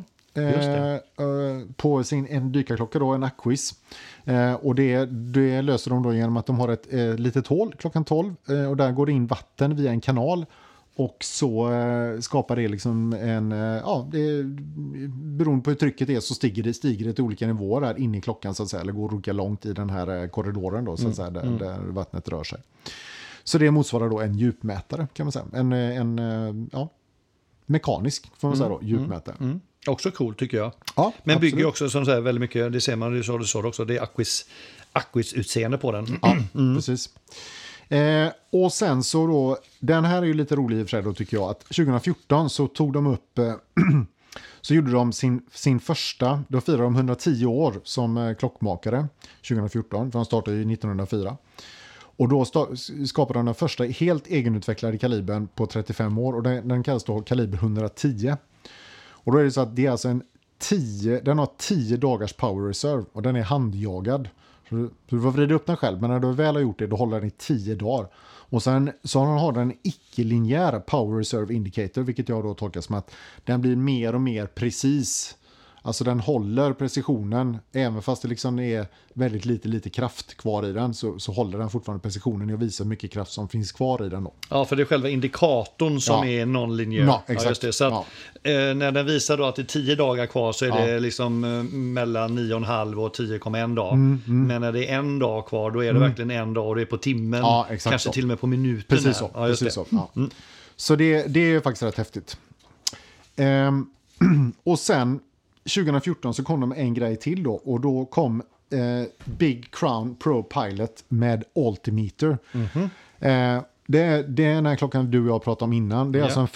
Speaker 2: På en dykarklocka då, en Aquis. Och det löser de då genom att de har ett litet hål klockan 12. Och där går det in vatten via en kanal. Och så skapar det liksom beroende på hur trycket är så stiger det till olika nivåer där inne i klockan, så att säga, eller går olika långt i den här korridoren då, så att säga, där vattnet rör sig. Så det motsvarar då en djupmätare, kan man säga. En mekanisk, får man säga då, djupmätare.
Speaker 1: Också cool, tycker jag.
Speaker 2: Ja,
Speaker 1: men absolut. Bygger också som så här väldigt mycket, det ser man, du sa också, det är Aquis-utseende på den.
Speaker 2: Ja, precis. Och sen så då, den här är ju lite rolig i och för sig då, tycker jag, att 2014 så tog de upp så gjorde de sin första, då firade de 110 år som klockmakare 2014, för de startade ju 1904. Och då skapade de den första helt egenutvecklade kalibern på 35 år, och den kallas då kaliber 110. Och då är det så att det är alltså den har 10 dagars power reserve, och den är handjagad. Så du får vrida upp den själv, men när du väl har gjort det, då håller den i 10 dagar. Och sen så har den en icke-linjär power reserve indicator, vilket jag då tolkar som att den blir mer och mer precis. Alltså den håller precisionen, även fast det liksom är väldigt lite kraft kvar i den, så håller den fortfarande precisionen och visar mycket kraft som finns kvar i den då.
Speaker 1: Ja, för det är själva indikatorn som är non-linjär.
Speaker 2: Ja, exakt.
Speaker 1: Ja, just det. Så att, när den visar då att det är 10 dagar kvar så är det liksom mellan 9,5 och 10,1 dag. Men när det är en dag kvar, då är det verkligen en dag och det är på timmen. Ja, kanske till och med på minuten.
Speaker 2: Precis så.
Speaker 1: Ja, just
Speaker 2: precis
Speaker 1: det.
Speaker 2: Så. Ja. Så det är faktiskt rätt häftigt. Och sen 2014 så kom de med en grej till då. Och då kom Big Crown Pro Pilot med Altimeter. Det är den här klockan du och jag pratade om innan. Det är alltså en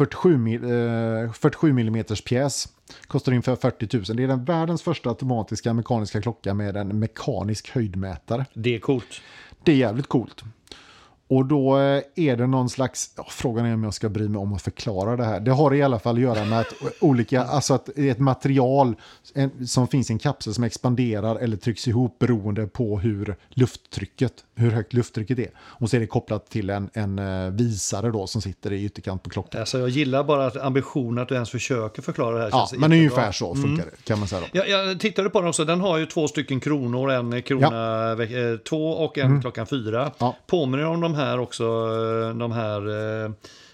Speaker 2: 47 mm pjäs. Kostar ungefär 40 000. Det är den världens första automatiska mekaniska klocka med en mekanisk höjdmätare.
Speaker 1: Det är coolt.
Speaker 2: Det är jävligt coolt. Och då är det någon slags, frågan är om jag ska bry mig om att förklara det här. Det har i alla fall att göra med att alltså att det är ett material som finns i en kapsel som expanderar eller trycks ihop beroende på hur högt lufttrycket är. Och så är det kopplat till en visare då som sitter i ytterkant på klockan.
Speaker 1: Alltså jag gillar bara att ambitionen att du ens försöker förklara det här.
Speaker 2: Ja, men ungefär så funkar det, kan man säga då.
Speaker 1: Jag tittade på den också, den har ju 2 stycken kronor, en krona 2 och en klockan 4. Ja. Påminner om de här också, de här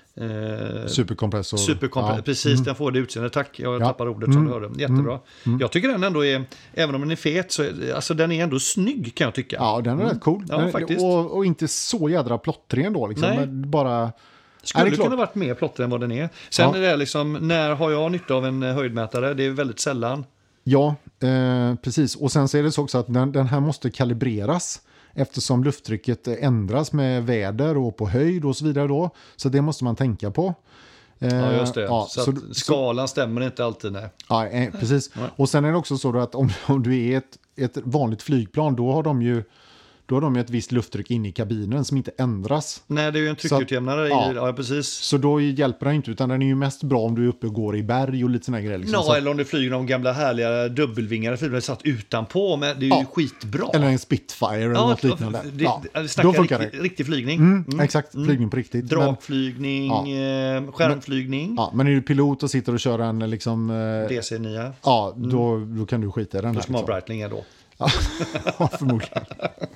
Speaker 2: superkompressor.
Speaker 1: Precis, den får det utseende. Tack, jag tappar ordet som du hörde. Jättebra. Jag tycker den ändå är, även om den är fet, så alltså den är ändå snygg, kan jag tycka.
Speaker 2: Ja, den är rätt cool.
Speaker 1: Ja, faktiskt.
Speaker 2: Och inte så jädra plottrig ändå liksom. Men bara...
Speaker 1: Skulle kunna varit mer plottrig än vad den är. Sen är det liksom, när har jag nytta av en höjdmätare? Det är väldigt sällan.
Speaker 2: Ja, precis. Och sen så är det så också att den här måste kalibreras. Eftersom lufttrycket ändras med väder och på höjd och så vidare då. Så det måste man tänka på.
Speaker 1: Ja, just det. Ja, så skalan stämmer inte alltid. Nej.
Speaker 2: Ja, precis. Nej. Och sen är det också så då att om du är ett vanligt flygplan, då har de ju ett visst lufttryck inne i kabinen som inte ändras.
Speaker 1: Nej, det är ju en tryckutjämnare. Ja, precis.
Speaker 2: Så då hjälper det inte, utan den är ju mest bra om du är uppe och går i berg och lite såna grejer. Liksom.
Speaker 1: Eller om du flyger de gamla härliga dubbelvingade flygplanen satt utanpå, men det är ju skitbra.
Speaker 2: Eller en Spitfire eller något liknande.
Speaker 1: Då funkar det. Riktig flygning.
Speaker 2: Exakt, flygning på riktigt.
Speaker 1: Dragflygning, skärmflygning.
Speaker 2: Men är du pilot och sitter och kör en liksom...
Speaker 1: DC-9.
Speaker 2: Ja, då kan du skita i den.
Speaker 1: Du ska ha Breitling då.
Speaker 2: Ja, förmodligen.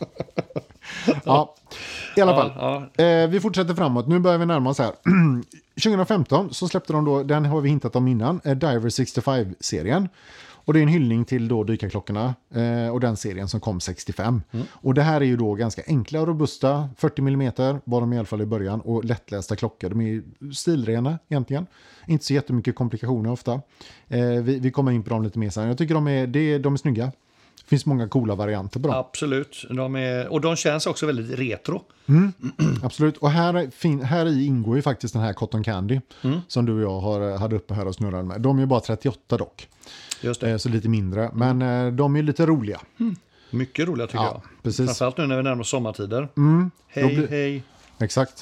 Speaker 2: Ja, i alla fall. Vi fortsätter framåt. Nu börjar vi närma oss här. 2015 så släppte de då, den har vi hintat om innan, Diver 65-serien. Och det är en hyllning till då dykarklockorna och den serien som kom 65. Och det här är ju då ganska enkla och robusta, 40 mm var de i alla fall i början, och lättlästa klockor. De är stilrena egentligen. Inte så jättemycket komplikationer ofta. Vi kommer in på dem lite mer sen. Jag tycker de är snygga. Det finns många coola varianter på dem.
Speaker 1: Absolut. Och de känns också väldigt retro.
Speaker 2: Absolut. Och här i ingår ju faktiskt den här Cotton Candy som du och jag hade uppe här och snurrade med. De är ju bara 38 dock.
Speaker 1: Just det.
Speaker 2: Så lite mindre. Men de är lite roliga.
Speaker 1: Mycket roliga tycker jag.
Speaker 2: Precis.
Speaker 1: Framförallt nu när vi närmar oss sommartider. Hej.
Speaker 2: Exakt.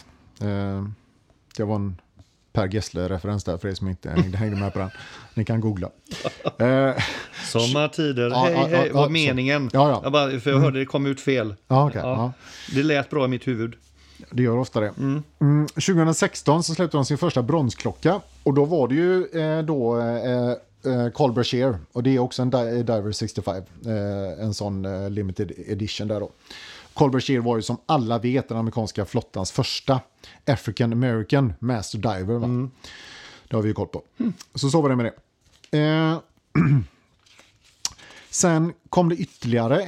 Speaker 2: Det var en Per Gessle-referens där för er som inte hängde med på den. Ni kan googla.
Speaker 1: Sommartider, hej, var meningen.
Speaker 2: Ja.
Speaker 1: För jag hörde det kom ut fel. Det lät bra i mitt huvud.
Speaker 2: Det gör ofta det. 2016 så släppte de sin första bronsklocka. Och då var det ju Carl Brashear. Och det är också en Diver 65. En sån limited edition där då. Carl Brashear var ju som alla vet den amerikanska flottans första African American Master Diver. Va? Det har vi ju koll på. Så var det med det. Sen kom det ytterligare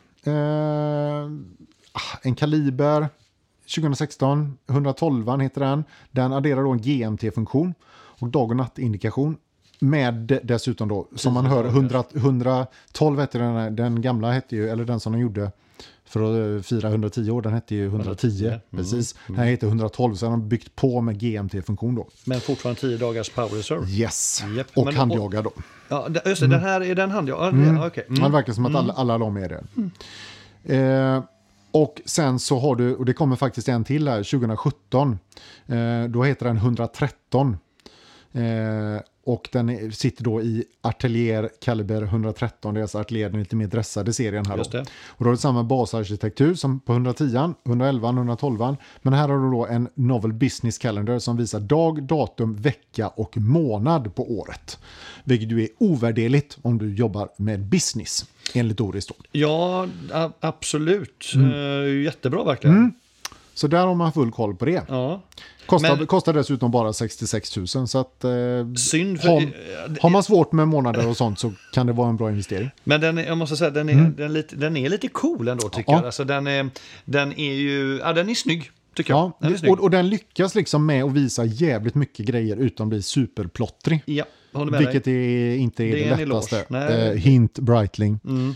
Speaker 2: en kaliber 2016. 112 heter den. Den adderar då en GMT-funktion och dag- och nattindikation. Med dessutom då, som man hör, 112 heter den gamla hette ju, eller den som de gjorde för att fira 110 år, den hette ju 110. Precis. Den här heter 112, så de har byggt på med GMT-funktion då.
Speaker 1: Men fortfarande 10 dagars power reserve.
Speaker 2: Yes, och handjagad då.
Speaker 1: Ja, just det, den här är den handjagad. Okay.
Speaker 2: Det verkar som att alla de är det. Och sen så har du, och det kommer faktiskt en till här, 2017. Då heter den 113. Och den sitter då i artiljer kaliber 113, deras artiljer, den lite mer dressade serien här då. Och då har du samma basarkitektur som på 110, 111, 112. Men här har du då en Novel Business Calendar som visar dag, datum, vecka och månad på året. Vilket ju är ovärderligt om du jobbar med business, enligt Oris då.
Speaker 1: Ja, absolut. Jättebra verkligen.
Speaker 2: Så där har man full koll på det.
Speaker 1: Ja.
Speaker 2: Kostar dessutom bara 66 000. Så att,
Speaker 1: synd
Speaker 2: har man svårt med månader och sånt så kan det vara en bra investering.
Speaker 1: Men jag måste säga, den är lite cool ändå tycker jag. Alltså, den är ju, den är snygg tycker jag. Den är snygg.
Speaker 2: Och den lyckas liksom med att visa jävligt mycket grejer utan att bli superplottrig.
Speaker 1: Ja, håller med
Speaker 2: vilket inte är det lättaste. Hint Breitling.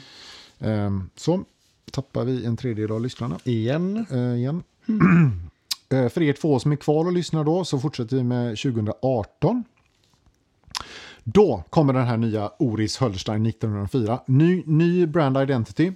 Speaker 2: Så tappar vi en tredjedel av lyssnarna.
Speaker 1: Igen.
Speaker 2: För er två som är kvar och lyssnar då så fortsätter vi med 2018. Då kommer den här nya Oris Höllstein 1904. Ny brand identity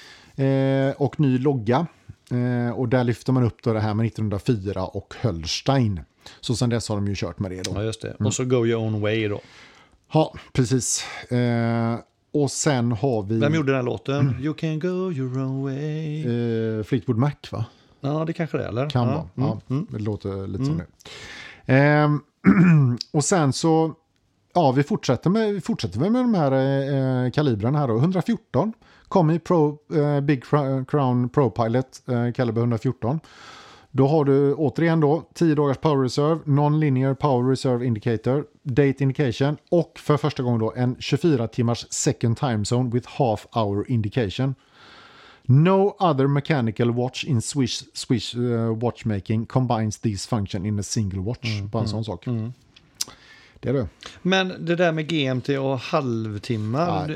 Speaker 2: och ny logga. Och där lyfter man upp då det här med 1904 och Höllstein. Så sen dess har de ju kört med det då.
Speaker 1: Ja, just det. Och så Go Your Own Way då.
Speaker 2: Ja, precis. Och sen har vi...
Speaker 1: Vem gjorde den här låten? You can go your own way.
Speaker 2: Fleetwood Mac, va?
Speaker 1: Ja, det kanske det är, eller?
Speaker 2: Kan vara. Det låter lite som det. Och sen så... Ja, vi fortsätter med de här kalibrarna här då. 114 kom i Big Crown Pro Pilot kaliber 114. Då har du återigen då 10 dagars power reserve, non-linear power reserve indicator, date indication och för första gången då en 24 timmars second time zone with half hour indication. No other mechanical watch in Swiss watchmaking combines these function in a single watch. Bara en sån sak. Det är det.
Speaker 1: Men det där med GMT och halvtimmar,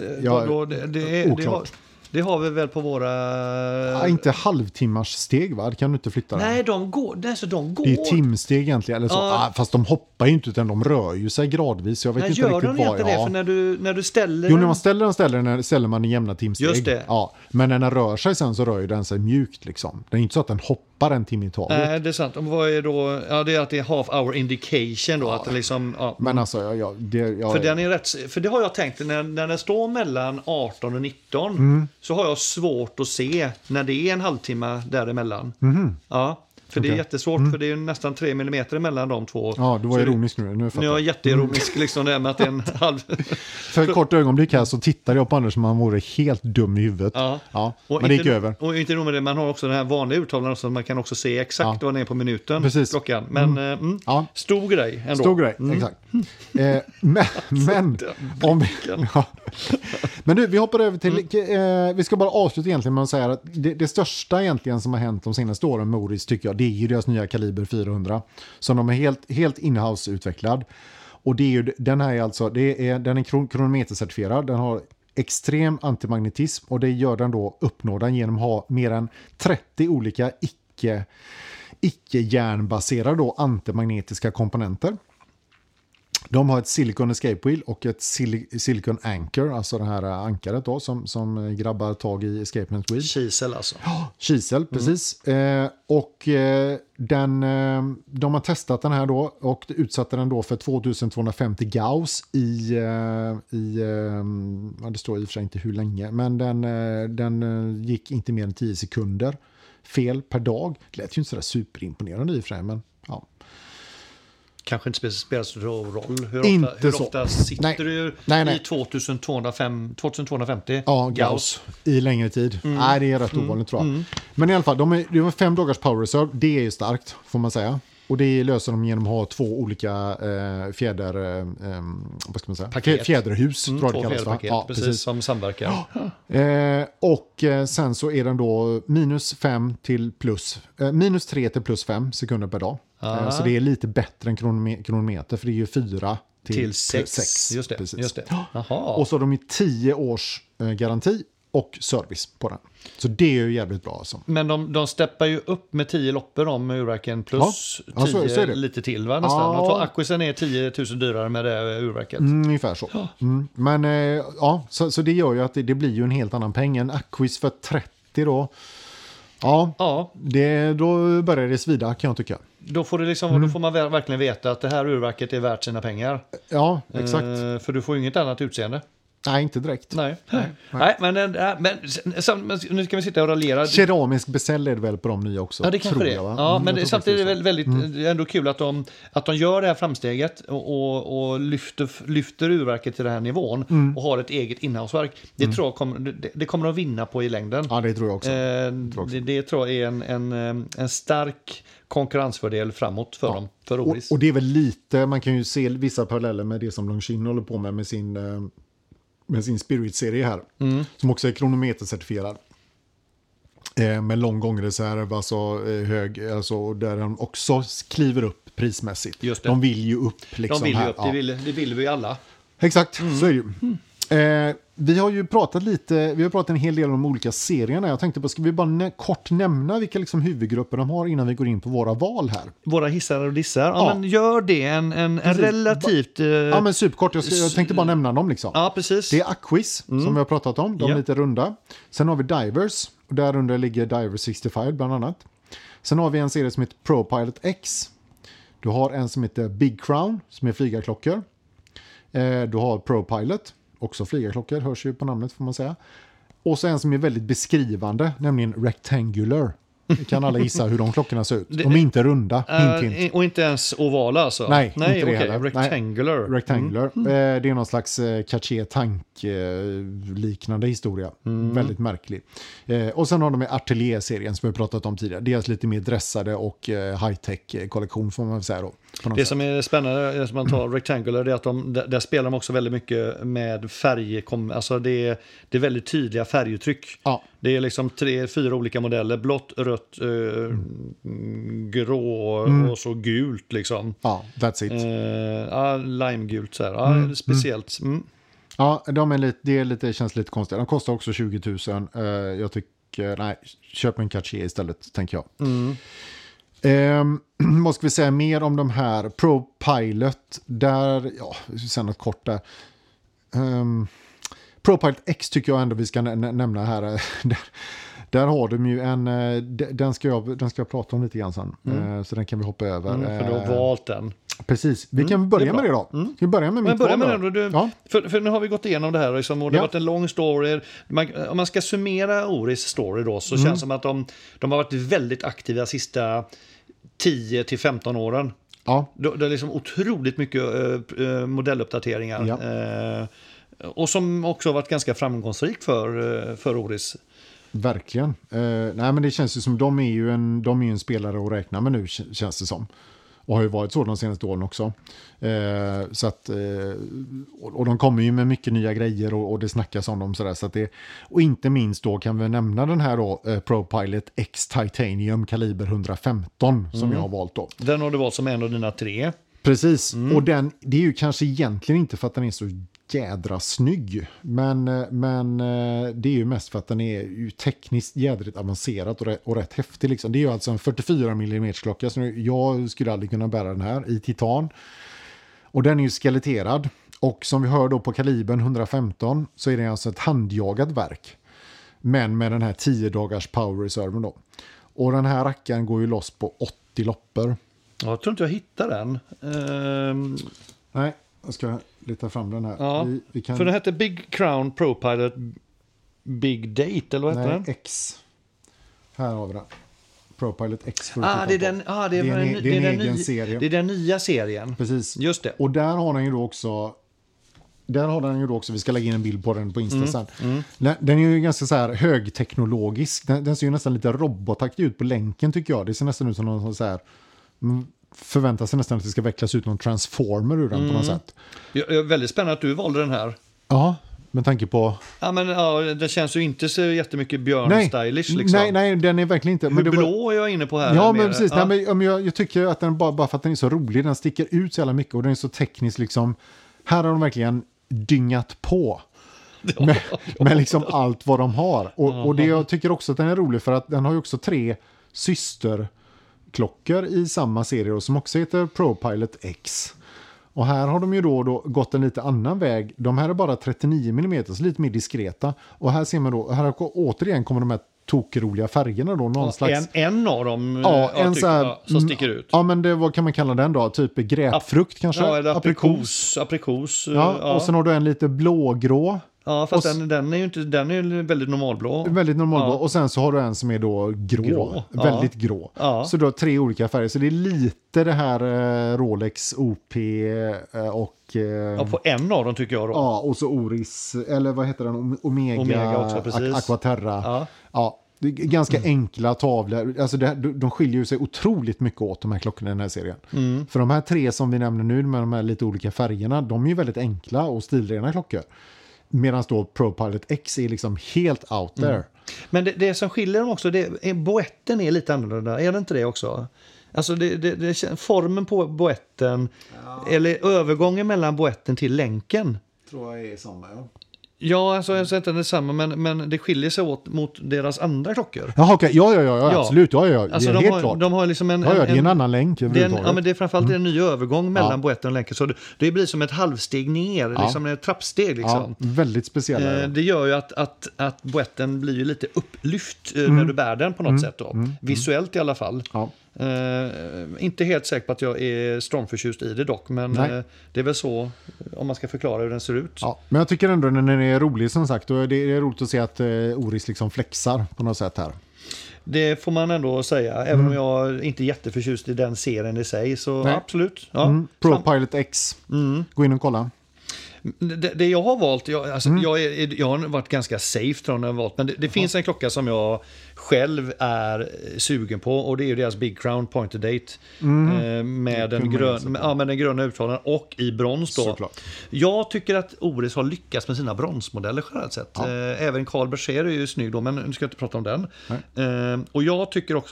Speaker 1: det har vi väl på våra...
Speaker 2: Ja, inte halvtimmars steg, va? Det kan du inte flytta.
Speaker 1: Nej, de går. Det är
Speaker 2: timsteg egentligen. Eller så. Fast de hoppar ju inte, utan de rör ju sig gradvis. Jag vet inte
Speaker 1: gör
Speaker 2: riktigt
Speaker 1: de inte det? För när du ställer...
Speaker 2: Jo, när man ställer man i jämna timsteg.
Speaker 1: Just det.
Speaker 2: Ja, men när den rör sig sen så rör ju den sig mjukt liksom. Det är inte så att den hoppar en timme i taget.
Speaker 1: Nej, det är sant. Vad är då... Ja, det är att det är half hour indication då.
Speaker 2: Ja.
Speaker 1: Att det liksom... Ja.
Speaker 2: Men alltså,
Speaker 1: för den är rätt... För det har jag tänkt, när den står mellan 18 och 19 så har jag svårt att se när det är en halvtimme däremellan. Ja. För det är jättesvårt, för det är ju nästan 3 millimeter mellan de två.
Speaker 2: Ja, du var ironisk nu. Nu är
Speaker 1: jag jätteironisk liksom det med att det är en halv...
Speaker 2: För ett kort ögonblick här så tittade jag på Anders som han vore helt dum i huvudet. Ja, men det gick över.
Speaker 1: Och inte nog med det, man har också den här vanliga uttalanden så att man kan också se exakt vad det är på minuten.
Speaker 2: Precis.
Speaker 1: Klockan. Men stor grej ändå.
Speaker 2: Stor grej, exakt. Men om vi... Men nu, vi hoppar över till... vi ska bara avsluta egentligen med att säga att det största egentligen som har hänt de senaste åren med Oris tycker jag, det är ju deras nya kaliber 400 som de är helt in-house utvecklad. Och det är ju, den här är alltså, den är kronometercertifierad, den har extrem antimagnetism och det gör den då, uppnår den genom att ha mer än 30 olika icke-järnbaserade då antimagnetiska komponenter. De har ett silicon escape wheel och ett silicon anchor, alltså det här ankaret då som grabbar tag i escapement wheel.
Speaker 1: Kisel alltså.
Speaker 2: Ja, kisel, precis. De har testat den här då och utsatte den då för 2250 Gauss det står i och för sig inte hur länge, men den gick inte mer än 10 sekunder fel per dag. Det lät ju inte sådär superimponerande i och för sig, men ja.
Speaker 1: Kanske inte spelar så roll.
Speaker 2: Inte
Speaker 1: hur ofta sitter du i 2250
Speaker 2: Gauss i längre tid? Nej, det är rätt ovanligt tror jag. Men i alla fall, de har 5 dagars power reserve. Det är ju starkt, får man säga. Och det löser de genom att ha 2 olika fjäderhus, tror jag det kallas, va?
Speaker 1: Ja, precis som samverkar.
Speaker 2: Och sen så är den då -5 till -3 till +5 sekunder per dag. Så det är lite bättre än kronometer, för det är ju 4 till 6.
Speaker 1: Just det.
Speaker 2: Och så har de ju 10 års garanti och service på den. Så det är ju jävligt bra alltså.
Speaker 1: Men de steppar ju upp med 10 loppor om urverken plus 10 lite till, va? Nästan. Jag tror Aquisen är 10 000 dyrare med det urverket.
Speaker 2: Ungefär så. Men så det gör ju att det blir ju en helt annan peng. En Aquis för 30 då. Ja. Då börjar det svida kan jag tycka.
Speaker 1: Då får, då får man verkligen veta att det här urverket är värt sina pengar.
Speaker 2: Ja, exakt.
Speaker 1: För du får ju inget annat utseende.
Speaker 2: Nej, inte direkt.
Speaker 1: Nej, men nu ska vi sitta och raljera.
Speaker 2: Keramisk besäll är det väl på de nya också.
Speaker 1: Ja, det kanske det är. Ja, men samtidigt är det väldigt ändå kul att de gör det här framsteget och lyfter urverket till den här nivån och har ett eget innehållsverk. Det tror jag det kommer att vinna på i längden.
Speaker 2: Ja, det tror jag också.
Speaker 1: Det tror jag är en stark konkurrensfördel framåt för dem, för Oris.
Speaker 2: Och det är väl lite, man kan ju se vissa paralleller med det som Longines håller på med sin Spirit-serie här. Som också är kronometercertifierad. Med lång gångreserv, alltså hög, alltså där de också kliver upp prismässigt.
Speaker 1: Just det.
Speaker 2: De vill ju upp liksom.
Speaker 1: De vill ju
Speaker 2: här.
Speaker 1: upp, det vill vi alla.
Speaker 2: Exakt, så är det ju. Vi har ju pratat en hel del om de olika serierna. Jag tänkte ska vi bara kort nämna vilka liksom huvudgrupper de har innan vi går in på våra val här.
Speaker 1: Våra hissar och dissar. Ja, men gör det en relativt...
Speaker 2: Ja, men superkort. Jag tänkte bara nämna dem liksom.
Speaker 1: Ja, precis.
Speaker 2: Det är Aquis som vi har pratat om. De är lite runda. Sen har vi Divers. Och där under ligger Divers 65 bland annat. Sen har vi en serie som heter ProPilot X. Du har en som heter Big Crown som är flygarklockor. Du har ProPilot. Också flygarklockor, hörs ju på namnet får man säga. Och så en som är väldigt beskrivande, nämligen Rectangular. Det kan alla gissa hur de klockorna ser ut. De är inte runda, hint.
Speaker 1: Och inte ens ovala alltså?
Speaker 2: Nej, inte det heller.
Speaker 1: Rectangular.
Speaker 2: Nej, Rectangular. Det är någon slags Cartier-tank-liknande historia. Väldigt märklig. Och sen har de Atelier-serien som vi pratat om tidigare. Det är lite mer dressade och high-tech-kollektion får man säga då.
Speaker 1: Det som är spännande som man tar Rectangular är att där spelar de också väldigt mycket med färg. Alltså det är väldigt tydliga färguttryck. Ja. Det är liksom 3-4 olika modeller. Blått, rött, grå och så gult liksom.
Speaker 2: Ja, that's it.
Speaker 1: Limegult så här. Speciellt.
Speaker 2: Ja, det känns lite konstigt. De kostar också 20 000. Jag tycker, köp en Cartier istället, tänker jag. Vad ska vi säga mer om de här? ProPilot, där, sen något kort där. ProPilot X tycker jag ändå vi ska nämna här. Där har de ju den ska jag prata om lite grann sen. Så den kan vi hoppa över.
Speaker 1: För du har valt den.
Speaker 2: Precis, vi kan börja med det då. Ska vi börja med mitt val då?
Speaker 1: För nu har vi gått igenom det här liksom, och det har varit en lång story. Om man ska summera Oris story då så känns det som att de har varit väldigt aktiva sista 10-15 åren. Ja. Det är liksom otroligt mycket modelluppdateringar. Ja. Och som också har varit ganska framgångsrikt för Oris.
Speaker 2: Verkligen. Nej, men det känns ju som de är ju en spelare att räkna med nu, känns det som. Och har ju varit så de senaste åren också. Så att, och de kommer ju med mycket nya grejer och det snackas om dem sådär. Så att och inte minst då kan vi nämna den här då, ProPilot X Titanium kaliber 115 som jag har valt då.
Speaker 1: Den har du valt som en av dina 3.
Speaker 2: Precis, och det är ju kanske egentligen inte för att den är så jädra snygg. Men det är ju mest för att den är ju tekniskt jädrigt avancerad och rätt häftig. Liksom. Det är ju alltså en 44 mm klocka. Så jag skulle aldrig kunna bära den här i titan. Och den är ju skeletterad. Och som vi hör då på kalibern 115 så är det alltså ett handjagat verk. Men med den här 10 dagars power-reserven då. Och den här rackaren går ju loss på 80 loppor.
Speaker 1: Ja, jag tror inte jag hittar den.
Speaker 2: Nej, jag ska leta fram den här.
Speaker 1: Ja, vi kan... För den heter Big Crown ProPilot Big Date, eller vad heter den?
Speaker 2: X. Här har vi den. ProPilot X.
Speaker 1: Det är den egen serie. Det är den nya serien.
Speaker 2: Precis.
Speaker 1: Just det.
Speaker 2: Och där har den ju då också... vi ska lägga in en bild på den på Insta sen. Den är ju ganska så här högteknologisk. Den ser ju nästan lite robotaktig ut på länken tycker jag. Det ser nästan ut som någon så här... förväntar sig nästan att det ska vecklas ut någon transformer ur den på något sätt.
Speaker 1: Väldigt spännande att du valde den här.
Speaker 2: Ja, med tanke på...
Speaker 1: det känns ju inte så jättemycket björn-stylish liksom.
Speaker 2: Nej, den är verkligen inte...
Speaker 1: Hur blå är jag inne på här?
Speaker 2: Ja, men precis. Ja. Nej, men jag tycker att den bara för att den är så rolig, den sticker ut så jävla mycket och den är så teknisk liksom. Här har de verkligen dyngat på. Med liksom allt vad de har. Och det jag tycker också att den är rolig för att den har ju också 3 systerklockor i samma serie som också heter ProPilot X. Och här har de ju då gått en lite annan väg. De här är bara 39 mm, så lite mer diskreta. Och här ser man då, återigen kommer de här tokroliga färgerna då. Någon slags...
Speaker 1: En av dem
Speaker 2: en så här,
Speaker 1: som sticker ut.
Speaker 2: Ja, men vad kan man kalla den då? Typ grapefrukt kanske?
Speaker 1: Ja, eller aprikos.
Speaker 2: Ja, och sen har du en lite blågrå.
Speaker 1: Ja, fast den är ju väldigt normalblå.
Speaker 2: Väldigt normalblå. Och sen så har du en som är då grå. Väldigt grå. Ja. Så du har 3 olika färger. Så det är lite det här Rolex OP och...
Speaker 1: på en av dem tycker jag då.
Speaker 2: Ja, och så Oris, eller vad heter den? Omega
Speaker 1: också, precis.
Speaker 2: Aquaterra. Ja. Det är ganska enkla tavlor. Alltså de skiljer sig otroligt mycket åt, de här klockorna i den här serien. För de här 3 som vi nämner nu med de här lite olika färgerna, de är ju väldigt enkla och stilrena klockor. Medan då ProPilot X är liksom helt out there.
Speaker 1: Men det som skiljer dem också, boetten är lite annorlunda. Är det inte det också? Alltså formen på boetten, eller övergången mellan boetten till länken.
Speaker 2: Tror jag är samma, ja.
Speaker 1: Ja, alltså jag säger inte det är samma, men det skiljer sig åt mot deras andra klockor.
Speaker 2: Jaha, okej. Ja, absolut. Ja.
Speaker 1: Alltså
Speaker 2: det är helt klart.
Speaker 1: De har liksom
Speaker 2: det är en annan länk överhuvudtaget.
Speaker 1: Ja, men det är framförallt en ny övergång mellan boetten och länken. Så det blir som ett halvsteg ner, liksom ett trappsteg. Liksom.
Speaker 2: Ja, väldigt speciella.
Speaker 1: Det gör ju att boetten blir ju lite upplyft när du bär den på något sätt. Då. Visuellt i alla fall. Ja. Inte helt säker på att jag är stormförtjust i det dock, men det är väl så om man ska förklara hur den ser ut.
Speaker 2: Ja, men jag tycker ändå den är rolig som sagt, och det är roligt att se att Oris liksom flexar på något sätt här.
Speaker 1: Det får man ändå säga, även om jag inte är jätteförtjust i den serien i sig, så absolut. Ja.
Speaker 2: ProPilot X, gå in och kolla.
Speaker 1: Det jag har valt, jag har varit ganska safe tror jag när jag har valt, men det finns en klocka som jag själv är sugen på, och det är ju deras Big Crown Pointer Date med den gröna uttalen och i brons då. Såklart. Jag tycker att Oris har lyckats med sina bronsmodeller generellt sett. Ja. Även Carl Berger är ju snygg då, men nu ska jag inte prata om den. Och jag tycker också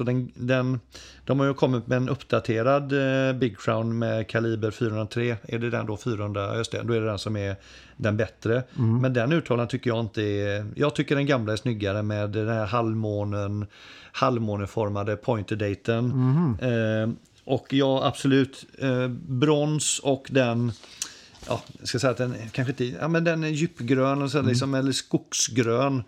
Speaker 1: de har ju kommit med en uppdaterad Big Crown med kaliber 403. Är det den då 400? Just det, då är det den som är den bättre. Men den uttalen tycker jag inte är... Jag tycker den gamla är snyggare med den här halvmåneformade pointer-daten. Och ja, absolut. Brons och den... Ja, jag ska säga att den kanske inte... Ja, men den är djupgrön och så liksom, eller skogsgrön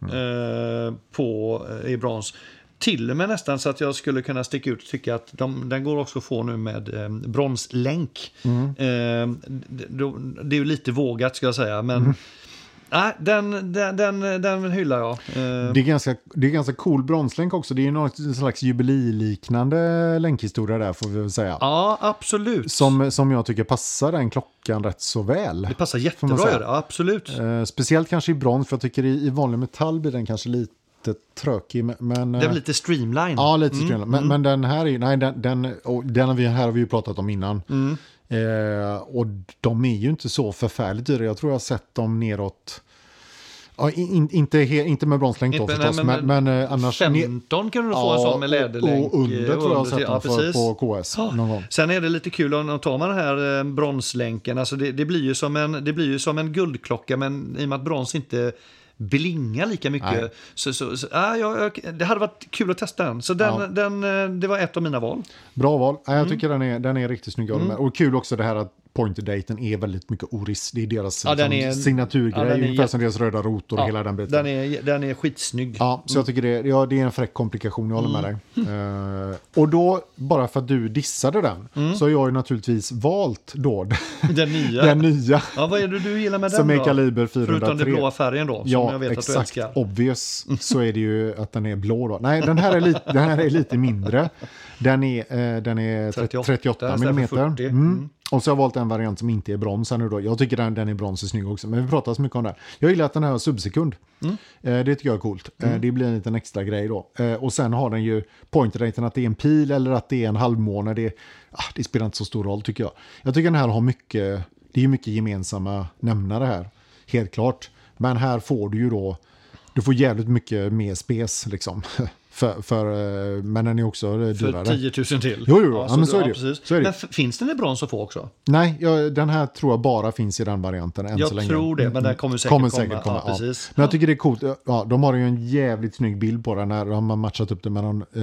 Speaker 1: i brons. Till och med nästan så att jag skulle kunna sticka ut och tycka att den går också att få nu med bronslänk. Det är ju lite vågat ska jag säga, men den hyllar jag.
Speaker 2: Det är ganska cool bronslänk också. Det är ju någon slags jubileeliknande länkhistoria där får vi väl säga.
Speaker 1: Ja, absolut.
Speaker 2: Som jag tycker passar den klockan rätt så väl.
Speaker 1: Det passar jättebra, ja, absolut.
Speaker 2: Speciellt kanske i brons, för jag tycker i vanlig metall blir den kanske lite trökig, men
Speaker 1: det är lite streamline.
Speaker 2: Ja, lite streamline. Men den här är den har vi ju pratat om innan. Och de är ju inte så förfärligt dyra. Jag tror jag har sett dem neråt. Ja, inte med bronslänk då förstås, men annars
Speaker 1: 15 kan du få en sån med läderlänk.
Speaker 2: Och under tror jag har sett dem på KS någon gång.
Speaker 1: Sen är det lite kul om tar man den här bronslänken, alltså det blir ju som en guldklocka, men i och med att brons inte blinga lika mycket. Det hade varit kul att testa den. Så det var ett av mina val.
Speaker 2: Bra val. Jag tycker den är riktigt snygg. Och kul också det här att pointer-daten är väldigt mycket Oris. Det är deras signaturgrej. Ungefär som deras röda rotor och hela den biten.
Speaker 1: Den är skitsnygg.
Speaker 2: Ja, så jag tycker det är en fräck komplikation. Jag håller med dig. Och då, bara för att du dissade den, så har jag ju naturligtvis valt då den nya.
Speaker 1: Ja, vad är det du gillar med den
Speaker 2: som
Speaker 1: då?
Speaker 2: Som är kaliber 403.
Speaker 1: Förutom den blåa färgen då, som jag vet att du älskar.
Speaker 2: Obvious så är det ju att den är blå då. Nej, den här är lite mindre. Den är 38 mm. Och så har jag valt en variant som inte är brons här nu då. Jag tycker den är brons är snygg också. Men vi pratar så mycket om det. Jag gillar att den här har subsekund. Det tycker jag är coolt. Det blir en liten extra grej då. Och sen har den ju pointer-raten att det är en pil eller att det är en halvmåne. Det spelar inte så stor roll tycker jag. Jag tycker den här har mycket... Det är mycket gemensamma nämnare här. Helt klart. Men här får du ju då... Du får jävligt mycket mer spes liksom. Men den är också dyrare.
Speaker 1: För 10 000 till.
Speaker 2: Jo, men så är det.
Speaker 1: Men finns den i brons att få också?
Speaker 2: Nej, den här tror jag bara finns i den varianten än så länge.
Speaker 1: Jag tror det, men den kommer säkert komma. Ja, precis.
Speaker 2: Men jag tycker det är coolt. Ja, de har ju en jävligt snygg bild på den när de har matchat upp det med någon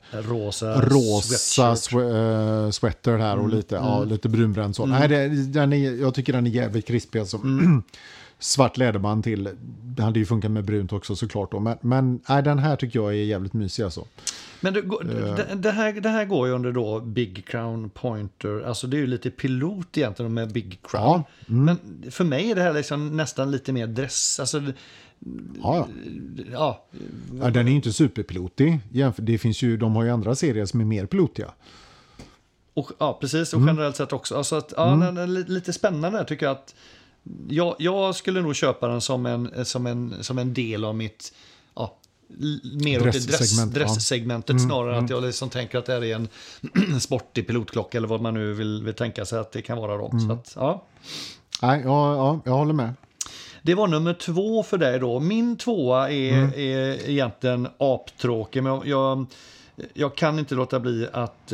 Speaker 2: rosa sweater här och lite brunbränd så. Nej, jag tycker den är jävligt krispig alltså. svart läderband till. Det hade ju funkat med brunt också såklart då. Men nej, den här tycker jag är jävligt mysig alltså.
Speaker 1: Men det här går ju under då Big Crown Pointer. Alltså det är ju lite pilot egentligen med Big Crown.
Speaker 2: Ja,
Speaker 1: Men för mig är det här liksom nästan lite mer dress. Alltså,
Speaker 2: ja, den är ju inte superpilotig. Det finns ju, de har ju andra serier som är mer pilotiga.
Speaker 1: Och, ja, precis. Och generellt sett också. Alltså att, den är lite spännande tycker jag att jag skulle nog köpa den som en del av mitt mer åt dress-segmentet snarare än att jag liksom tänker att det är en sportig pilotklocka eller vad man nu vill tänka sig att det kan vara då. Så att, ja.
Speaker 2: Nej, jag håller med.
Speaker 1: Det var nummer 2 för dig då. Min 2:a är egentligen aptråkig, men jag kan inte låta bli att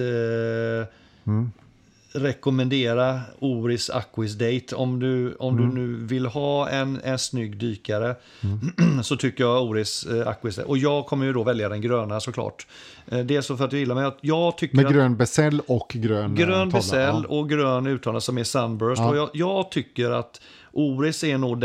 Speaker 1: rekommendera Oris Aquis Date. Om du nu vill ha en snygg dykare så tycker jag Oris Aquis Date. Och jag kommer ju då välja den gröna såklart. Det är så för att jag gillar mig. Jag tycker
Speaker 2: med grön bezel och grön
Speaker 1: bezel och grön uttala som är Sunburst. Ja. Och jag tycker att Oris